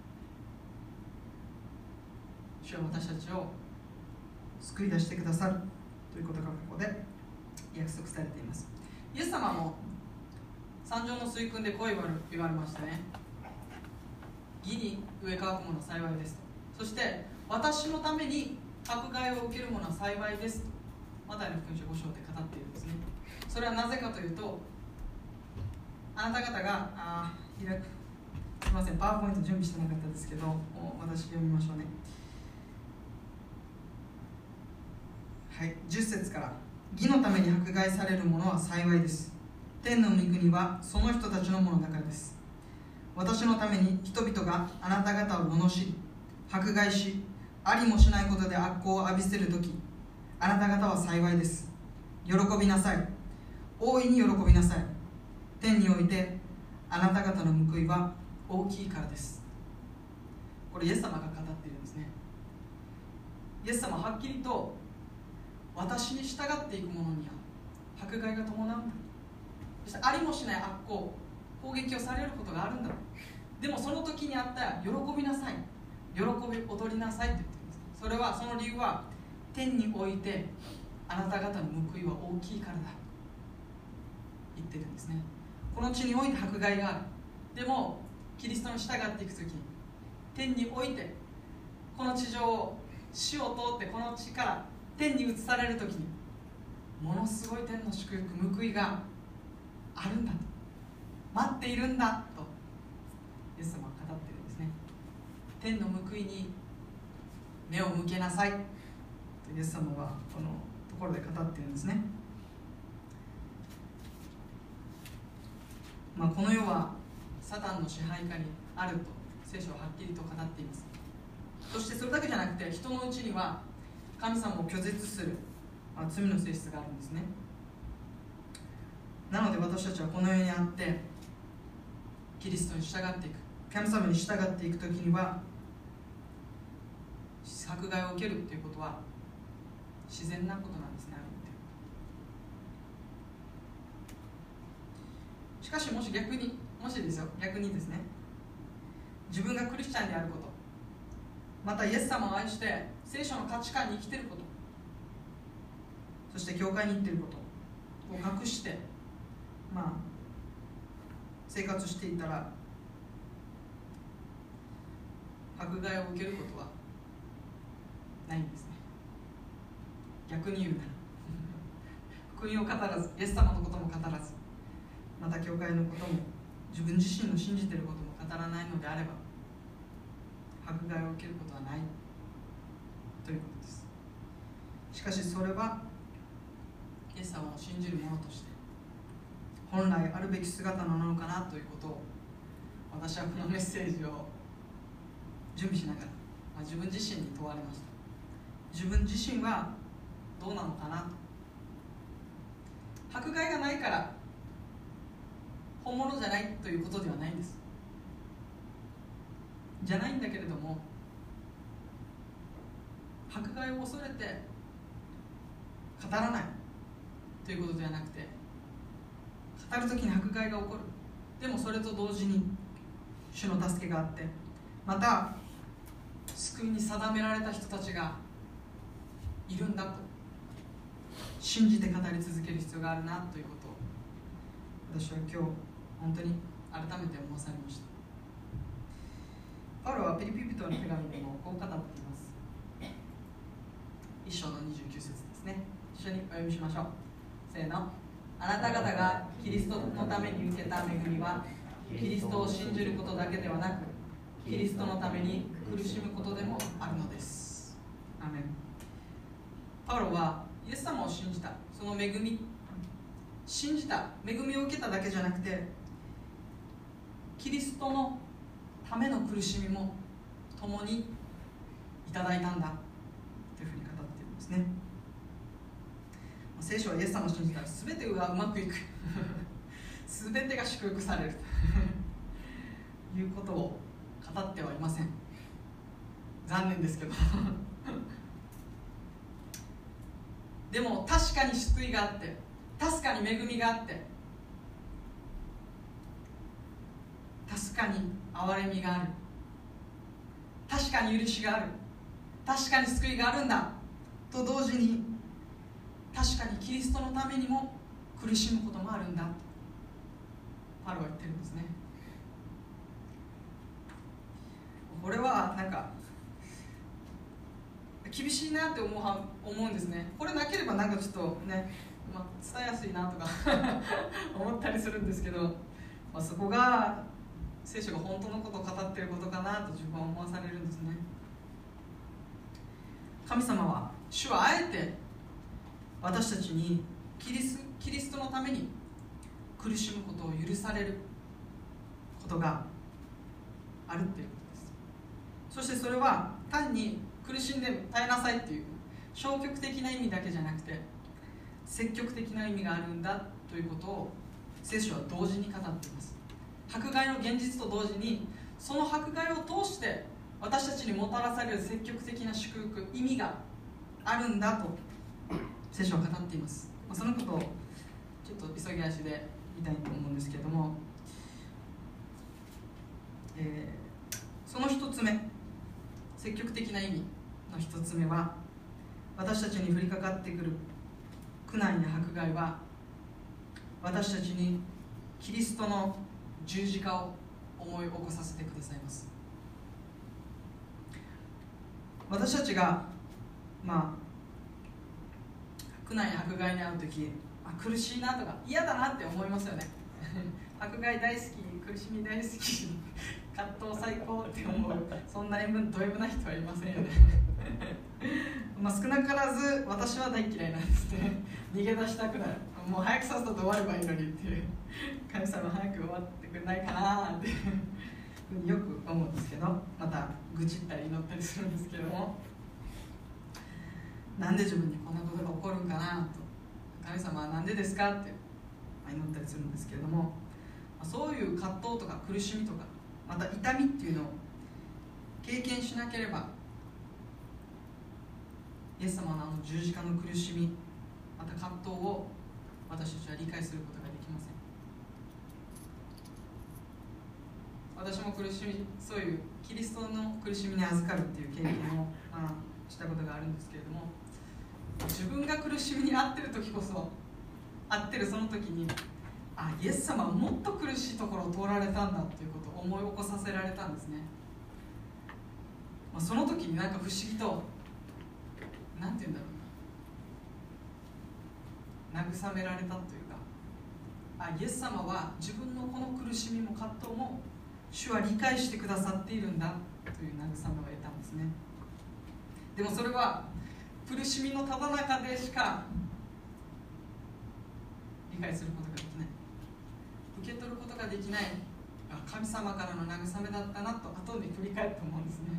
主は私たちを救い出してくださるということがここで約束されています。イエス様も三条の水訓でこう言われましたね。義に植え乾く者は幸いですと。そして私のために迫害を受ける者は幸いですとマタイの福音書5章で語っているんですね。それはなぜかというと、あなた方がすみません、パワーポイント準備してなかったですけど、私読みましょうね。はい、10節から、義のために迫害される者は幸いです。天の御国はその人たちのものだからです。私のために人々があなた方を罵り、迫害し、ありもしないことで悪行を浴びせるとき、あなた方は幸いです。喜びなさい。 大いに喜びなさい。天においてあなた方の報いは大きいからです。これイエス様が語っているんですね。イエス様ははっきりと、私に従っていく者には迫害が伴うんだ、そしてありもしない悪行、攻撃をされることがあるんだ、でもその時にあった喜びなさい、喜び踊りなさいと言っているんです。それは、その理由は、天においてあなた方の報いは大きいからだ言ってるんですね。この地において迫害がある。でもキリストに従っていくときに、天においてこの地上を死を通ってこの地から天に移されるときに、ものすごい天の祝福、報いがあるんだと、待っているんだとイエス様は語っているんですね。天の報いに目を向けなさいとイエス様はこのところで語っているんですね。この世はサタンの支配下にあると聖書ははっきりと語っています。そしてそれだけじゃなくて、人のうちには神様を拒絶する、罪の性質があるんですね。なので私たちはこの世にあってキリストに従っていく、神様に従っていくときには、迫害を受けるということは自然なことなんですね。しかしもし逆にですね、自分がクリスチャンであること、またイエス様を愛して聖書の価値観に生きていること、そして教会に行っていることを隠して、生活していたら、迫害を受けることはないんですね。逆に言うなら福音を語らず、イエス様のことも語らず、また教会のことも自分自身の信じていることも語らないのであれば、迫害を受けることはないということです。しかしそれはイエス様を信じる者として本来あるべき姿なのかなということを、私はこのメッセージを準備しながら、自分自身に問われました。自分自身はどうなのかなと。迫害がないから本物じゃないということではないんです。じゃないんだけれども、迫害を恐れて語らないということではなくて、語るときに迫害が起こる。でもそれと同時に主の助けがあって、また救いに定められた人たちがいるんだと信じて語り続ける必要があるなということを、私は今日本当に改めて思わされました。パウロはピリピ人の手紙でもこう語っています。1章の29節ですね。一緒にお読みしましょう。せーの。あなた方がキリストのために受けた恵みは、キリストを信じることだけではなく、キリストのために苦しむことでもあるのです。アメン。パウロはイエス様を信じた、その恵み、信じた恵みを受けただけじゃなくて、キリストのための苦しみも共にいただいたんだというふうに語っているんですね。聖書はイエス様を信じたら全てがうまくいく全てが祝福されるということを語ってはいません。残念ですけどでも確かに救いがあって、確かに恵みがあって、確かに憐れみがある、確かに許しがある、確かに救いがあるんだと同時に、確かにキリストのためにも苦しむこともあるんだとパウロは言ってるんですね。これはなんか厳しいなって思うんですね。これなければなんかちょっとね、伝えやすいなとか思ったりするんですけど、そこが聖書が本当のことを語っていることかなと自分は思わされるんですね。神様は、主はあえて私たちにキリストのために苦しむことを許されることがあるっていうことです。そしてそれは単に苦しんで耐えなさいっていう消極的な意味だけじゃなくて、積極的な意味があるんだとということを聖書は同時に語っています。迫害の現実と同時に、その迫害を通して私たちにもたらされる積極的な祝福、意味があるんだと聖書は語っています。そのことをちょっと急ぎ足で言いたいと思うんですけれども、その一つ目、積極的な意味の一つ目は、私たちに降りかかってくる苦難や迫害は、私たちにキリストの十字架を思い起こさせてくださいます。私たちが苦難や迫害に遭うとき、苦しいなとか嫌だなって思いますよね。迫害大好き、苦しみ大好き、葛藤最高って思う、そんなド M な人はいませんよね。少なからず私は大嫌いなんですね。逃げ出したくなる、もう早くさっさと終わればいいのにっていう、神様早く終わってくれないかなってよく思うんですけど、また愚痴ったり祈ったりするんですけども、なんで自分にこんなことが起こるんかなと、神様はなんでですかって祈ったりするんですけれども、そういう葛藤とか苦しみとか、また痛みっていうのを経験しなければ、イエス様の十字架の苦しみ、また葛藤を私たちは理解することができません。私も苦しみ、そういうキリストの苦しみに預かるっていう経験を、したことがあるんですけれども、自分が苦しみに遭ってる時こそ、遭ってるその時に、イエス様はもっと苦しいところを通られたんだということを思い起こさせられたんですね。その時になんか不思議と、なんて言うんだろうな、慰められたというか、イエス様は自分のこの苦しみも葛藤も主は理解してくださっているんだという慰めを得たんですね。でもそれは苦しみのただ中でしか理解することができない、受け取ることができない、神様からの慰めだったなと後で振り返って思うんですね。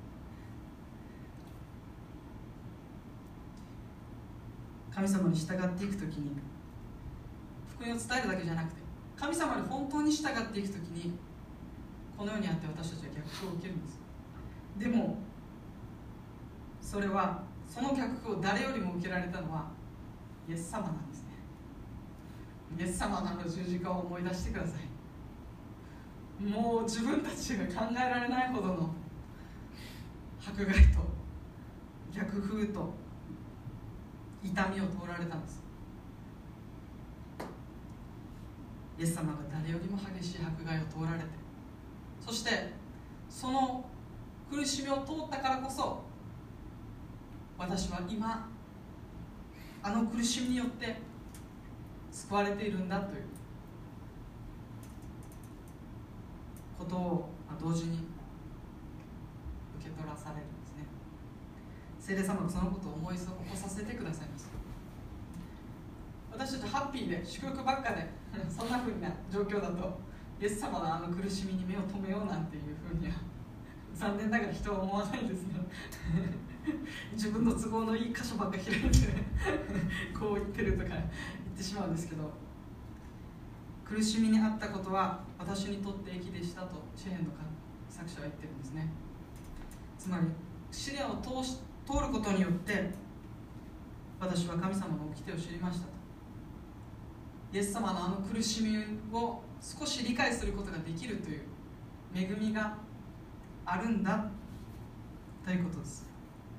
神様に従っていくときに、福音を伝えるだけじゃなくて、神様に本当に従っていくときに、この世にあって私たちは逆風を受けるんです。でもそれは、その逆風を誰よりも受けられたのはイエス様なんですね。イエス様の十字架を思い出してください。もう自分たちが考えられないほどの迫害と逆風と痛みを通られたんです。イエス様が誰よりも激しい迫害を通られて、そしてその苦しみを通ったからこそ、私は今あの苦しみによって救われているんだということを同時に受け取らされるんですね。聖霊様がそのことを思い起こさせてくださいます。私たちハッピーで祝福ばっかでそんな風な状況だと、イエス様のあの苦しみに目を留めようなんていう風には残念ながら人は思わないんですね。自分の都合のいい箇所ばっか開いてこう言ってるとか言ってしまうんですけど、苦しみにあったことは私にとって益でしたと詩篇の作者は言ってるんですね。つまり試練を通ることによって私は神様の掟を知りましたと、イエス様のあの苦しみを少し理解することができるという恵みがあるんだということです。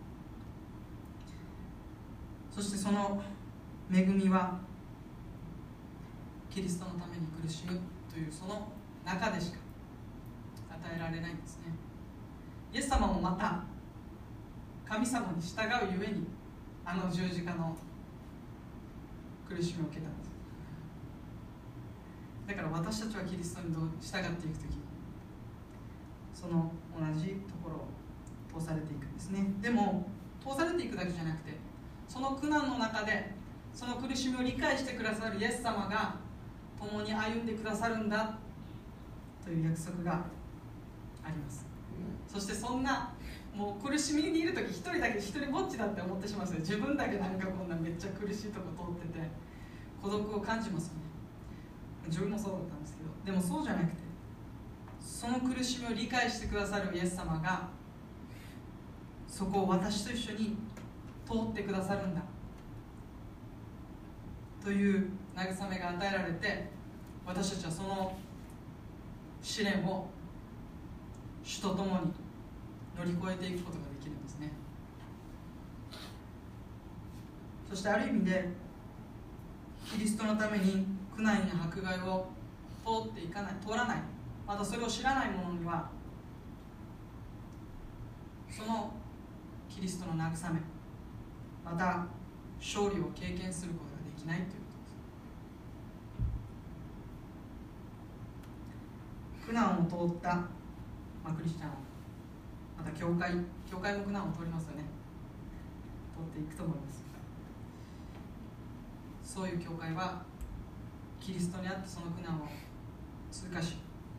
そしてその恵みはキリストのために苦しむというその中でしか与えられないんですね。イエス様もまた神様に従うゆえにあの十字架の苦しみを受けたんです。だから私たちはキリストに従っていくときにその同じところを通されていくんですね。でも通されていくだけじゃなくて、その苦難の中でその苦しみを理解してくださるイエス様が共に歩んでくださるんだという約束があります。そしてそんなもう苦しみにいるとき一人だけ一人ぼっちだって思ってしまうんですよ。自分だけなんかこんなめっちゃ苦しいとこ通ってて孤独を感じますよね。 自分もそうだったんですけど、でもそうじゃなくて、その苦しみを理解してくださるイエス様がそこを私と一緒に通ってくださるんだという慰めが与えられて、私たちはその試練を主と共に乗り越えていくことができるんですね。そしてある意味でキリストのために苦難や迫害を通らない、またそれを知らない者には、そのキリストの慰め、また勝利を経験することができないということです。苦難を通った、クリスチャン、また教会も苦難を通りますよね。通っていくと思います。そういう教会はキリストにあってその苦難を通過し、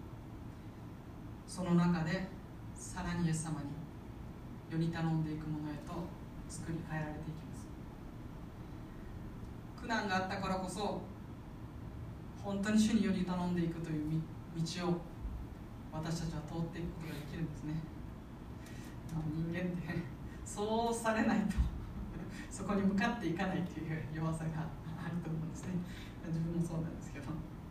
その中でさらにイエス様に世に頼んでいくものへと作り変えられていきます。苦難があったからこそ本当に主により頼んでいくという道を私たちは通っていくことができるんですね。人間ってそうされないとそこに向かっていかないという弱さがあると思うんですね。自分もそうなんですけど、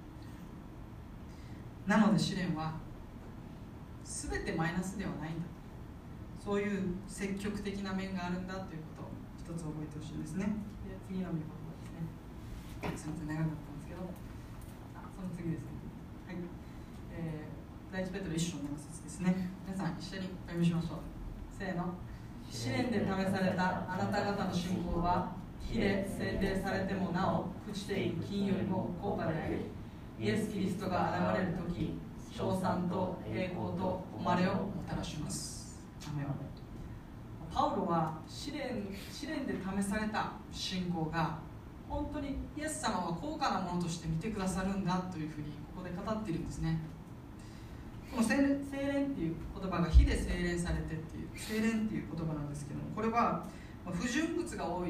なので試練は全てマイナスではないんだ、そういう積極的な面があるんだということを一つ覚えてほしいんですね。で、次の見言葉ですね。すみません、長かったんですけど、その次ですね。はい、第一ペテロ1章の7節ですね。皆さん一緒にお読みしましょう。せーの。試練で試されたあなた方の信仰は火で洗礼されてもなお朽ちていく金よりも高価であり、イエス・キリストが現れるとき、称賛と栄光と誉れをもたらします。アメン。パウロは試練で試された信仰が本当にイエス様は高価なものとして見てくださるんだというふうにここで語っているんですね。この精錬っていう言葉が火で精錬されてっていう精錬っていう言葉なんですけども、これは不純物が多い、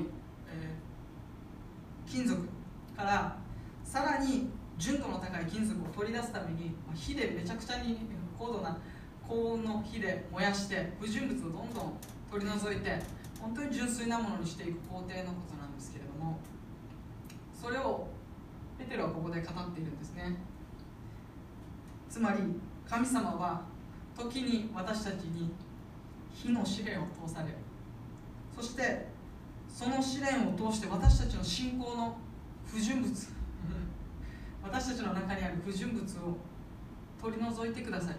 金属からさらに純度の高い金属を取り出すために火でめちゃくちゃに高度な高温の火で燃やして不純物をどんどん取り除いて本当に純粋なものにしていく工程のことなんですけれども、それをペテロはここで語っているんですね。つまり神様は時に私たちに火の試練を通される、そしてその試練を通して私たちの信仰の不純物私たちの中にある不純物を取り除いてください。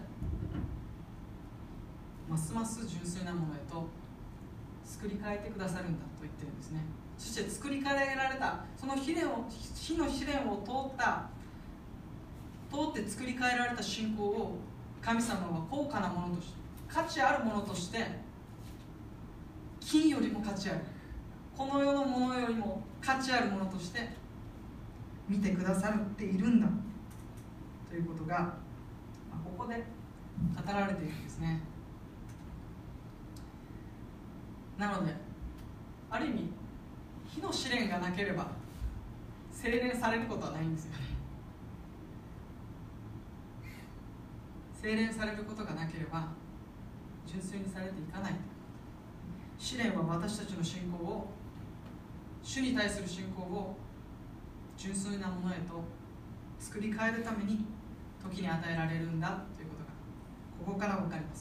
ますます純粋なものへと作り変えてくださるんだと言ってるんですね。そして作り変えられたその火の試練を通って作り変えられた信仰を神様は高価なものとして、価値あるものとして、金よりも価値ある、この世のものよりも価値あるものとして見てくださっているんだということがここで語られているんですね。なのである意味火の試練がなければ精錬されることはないんですよね。精錬されることがなければ純粋にされていかない。試練は私たちの信仰を、主に対する信仰を純粋なものへと作り変えるために時に与えられるんだということがここから分かります。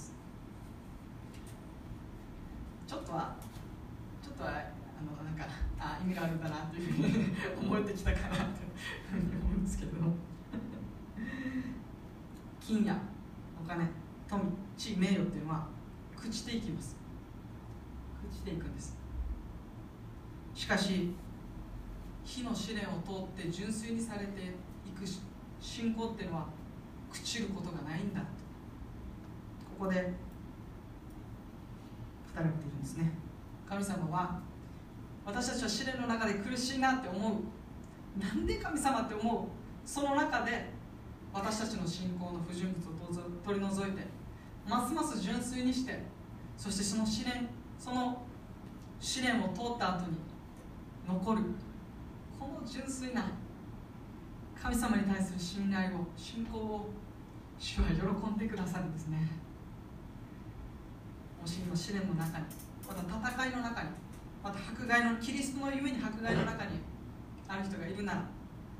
ちょっとはなんか意味があるんだなというふうに思えてきたかなと思うんですけど金やお金、富、地位、名誉っていうのは朽ちていきます。朽ちていくんです。しかし火の試練を通って純粋にされていく信仰っていうのは朽ちることがないんだとここで語られているんですね。神様は私たちは試練の中で苦しいなって思う、なんで神様って思う、その中で私たちの信仰の不純物を取り除いてますます純粋にして、そしてその試練を通った後に残るこの純粋な神様に対する信頼を、信仰を主は喜んでくださるんですね。もし今試練の中に、また戦いの中に、また迫害の、キリストのゆえに迫害の中にある人がいるなら、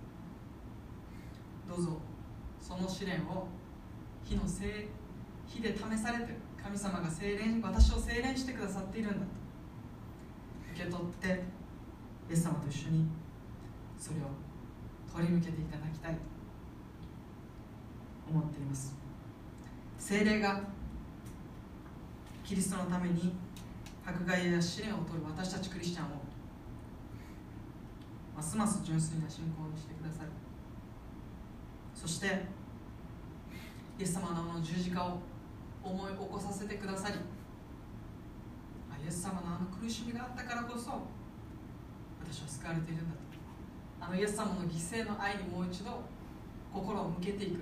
どうぞその試練を火で試されている神様が私を精錬してくださっているんだと受け取って、イエス様と一緒にそれを取り抜けていただきたいと思っています。聖霊がキリストのために迫害や試練を取る私たちクリスチャンをますます純粋な信仰にしてくださる。そしてイエス様の十字架を思い起こさせてくださり、イエス様の苦しみがあったからこそ私は救われているんだと、イエス様の犠牲の愛にもう一度心を向けていく、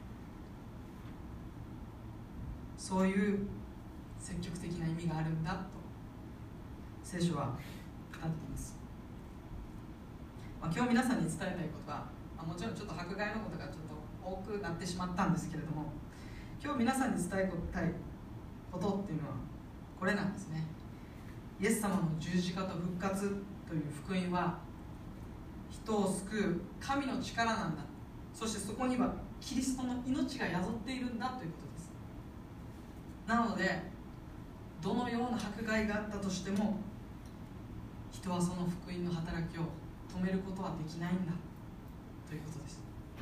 そういう積極的な意味があるんだと聖書は語っています。今日皆さんに伝えたいことは、もちろんちょっと迫害のことがちょっと多くなってしまったんですけれども、今日皆さんに伝えたいことっていうのはこれなんですね。イエス様の十字架と復活という福音は人を救う神の力なんだ、そしてそこにはキリストの命が宿っているんだということです。なのでどのような迫害があったとしても、人はその福音の働きを止めることはできないんだということです。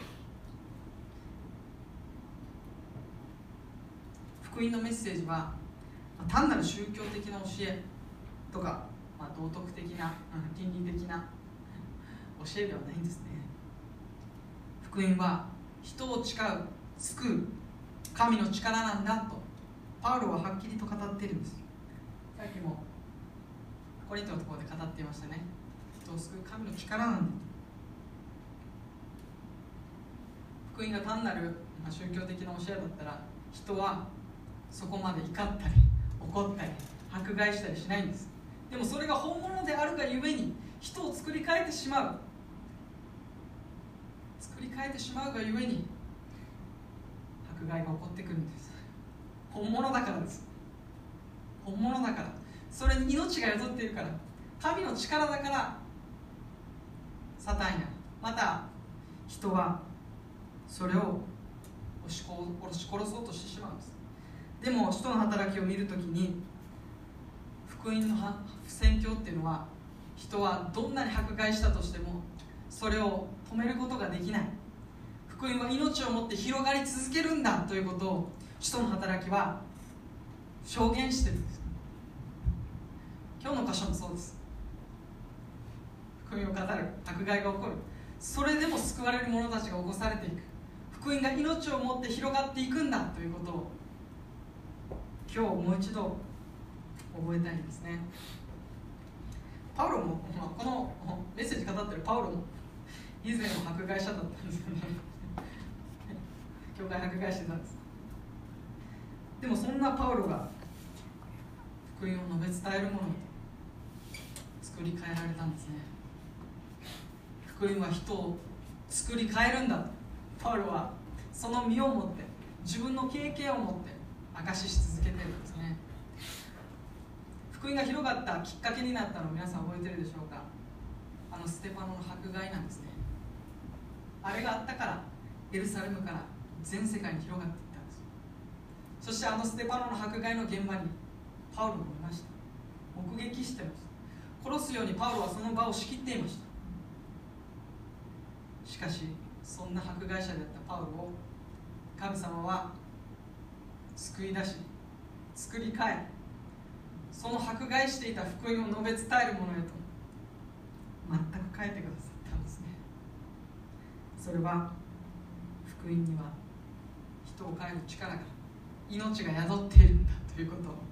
福音のメッセージは単なる宗教的な教えとか、道徳的な倫理的な教えではないんですね。福音は人を救う神の力なんだとパウロははっきりと語っているんです。さっきもコリントのところで語っていましたね。人を救う神の力なんだ。福音が単なる宗教的な教えだったら、人はそこまで怒ったり怒ったり迫害したりしないんです。でもそれが本物であるがゆえに人を作り変えてしまうがゆえに迫害が起こってくるんです。本物だからです。本物だから、それに命が宿っているから、神の力だからサタンやまた人はそれを押し殺そうとしてしまうんです。でも使徒の働きを見るときに、福音の宣教っていうのは、人はどんなに迫害したとしてもそれを止めることができない。福音は命をもって広がり続けるんだということを使徒の働きは証言しているんです。今日の箇所もそうです。福音を語る、迫害が起こる、それでも救われる者たちが起こされていく、福音が命をもって広がっていくんだということを今日もう一度覚えたいんですね。パウロも、このメッセージ語ってるパウロも以前は迫害者だったんですよね。教会迫害してたんです。でもそんなパウロが福音を述べ伝えるものに作り変えられたんですね。福音は人を作り変えるんだ。パウロはその身をもって、自分の経験をもって証しし続けているんですね。福音が広がったきっかけになったのを皆さん覚えてるでしょうか。ステパノの迫害なんですね。あれがあったからエルサレムから全世界に広がっていったんです。そしてステパノの迫害の現場にパウロもいました。目撃しています。殺すようにパウロはその場を仕切っていました。しかしそんな迫害者であったパウロを神様は救い出し、作り変え、その迫害していた福音を述べ伝えるものへと全く変えてくださったんですね。それは福音には人を変える力が、命が宿っているんだということを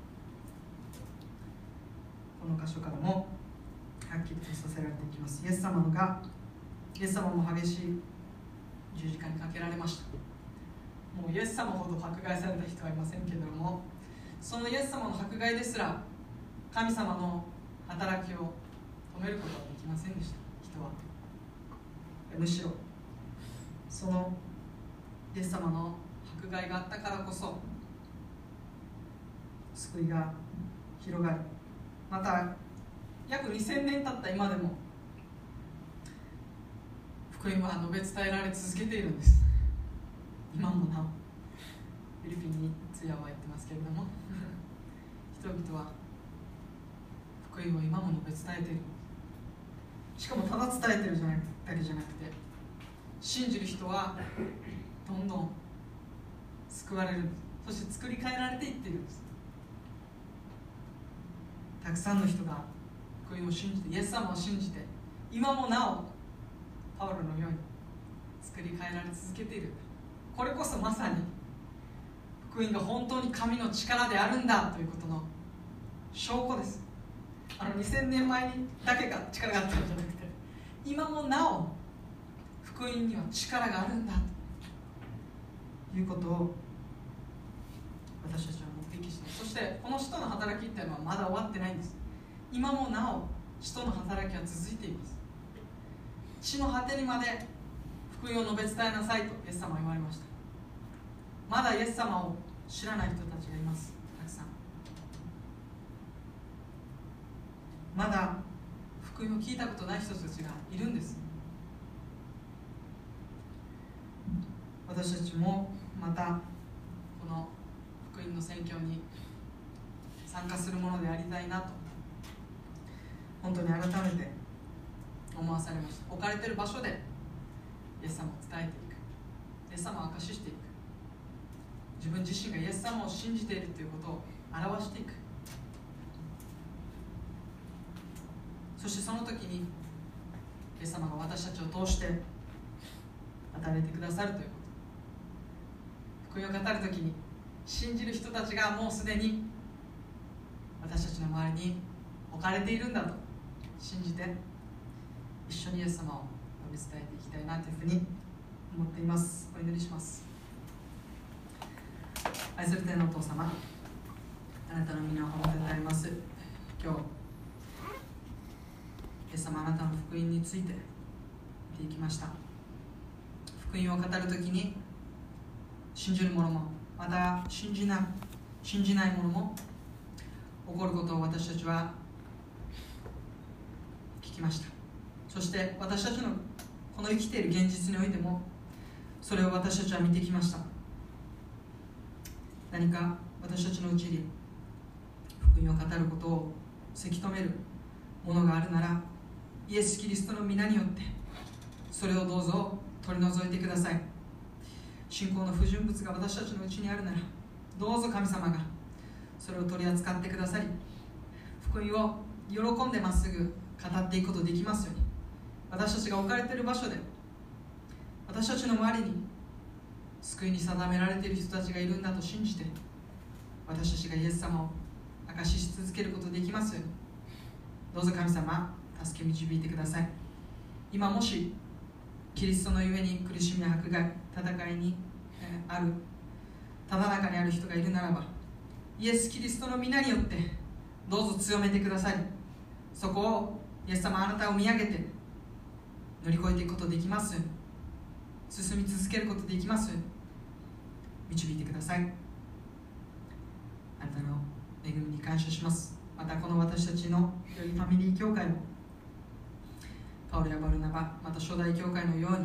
この箇所からもはっきりとさせられていきます。イエス様も激しい十字架にかけられました。もうイエス様ほど迫害された人はいませんけれども、そのイエス様の迫害ですら神様の働きを止めることはできませんでした。人はむしろそのイエス様の迫害があったからこそ救いが広がり、また約2000年経った今でも福音は述べ伝えられ続けているんです。今もなおフィリピンに通夜は言ってますけれども人々は福音を今も述べ伝えている。しかもただ伝えてるだけじゃなくて、信じる人はどんどん救われる、そして作り変えられていっているんです。たくさんの人が福音を信じて、イエス様を信じて、今もなおパウロのように作り変えられ続けている。これこそまさに福音が本当に神の力であるんだということの証拠です。2000年前にだけが力があったんじゃなくて、今もなお福音には力があるんだということを私たちは目撃して、そしてこの使徒の働きっていうのはまだ終わってないんです。今もなお使徒の働きは続いています。地の果てにまで福音を述べ伝えなさいとイエス様は言われました。まだイエス様を知らない人たちがいます。たくさんまだ福音を聞いたことない人たちがいるんです。私たちもまたこの福音の宣教に参加するものでありたいなと本当に改めて思わされました。置かれている場所でイエス様を伝えていく、イエス様を証ししていく、自分自身がイエス様を信じているということを表していく。そしてその時にイエス様が私たちを通して働いてくださるということ、福音を語る時に信じる人たちがもうすでに私たちの周りに置かれているんだと信じて、一緒にイエス様を述べ伝えていきたいなというふうに思っています。お祈りします。愛する天のお父様、あなたの皆を褒めたたえます。今日イエス様、あなたの福音について見ていきました。福音を語るときに信じる者もまた信じない者も起こることを私たちは聞きました。そして私たちのこの生きている現実においてもそれを私たちは見てきました。何か私たちのうちに福音を語ることをせき止めるものがあるなら、イエス・キリストの皆によってそれをどうぞ取り除いてください。信仰の不純物が私たちのうちにあるなら、どうぞ神様がそれを取り扱ってくださり、福音を喜んでまっすぐ語っていくことできますように、私たちが置かれている場所で私たちの周りに救いに定められている人たちがいるんだと信じて、私たちがイエス様を証しし続けることができますように、どうぞ神様助け導いてください。今もしキリストのゆえに苦しみや迫害、戦いにあるただ中にある人がいるならば、イエス・キリストの皆によってどうぞ強めてくださり、そこをイエス様あなたを見上げて乗り越えていくことができますように、進み続けることができますように導いてください。あなたの恵みに感謝します。またこの私たちの良いファミリー教会もパウロやバルナバ、また初代教会のように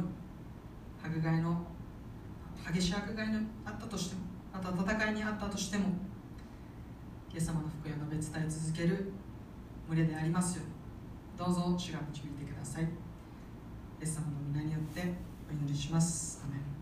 激しい迫害にあったとしても、また戦いにあったとしても、イエス様の福音を述べ伝え続ける群れでありますように、どうぞ主が導いてください。イエス様の皆によってお祈りします。アメン。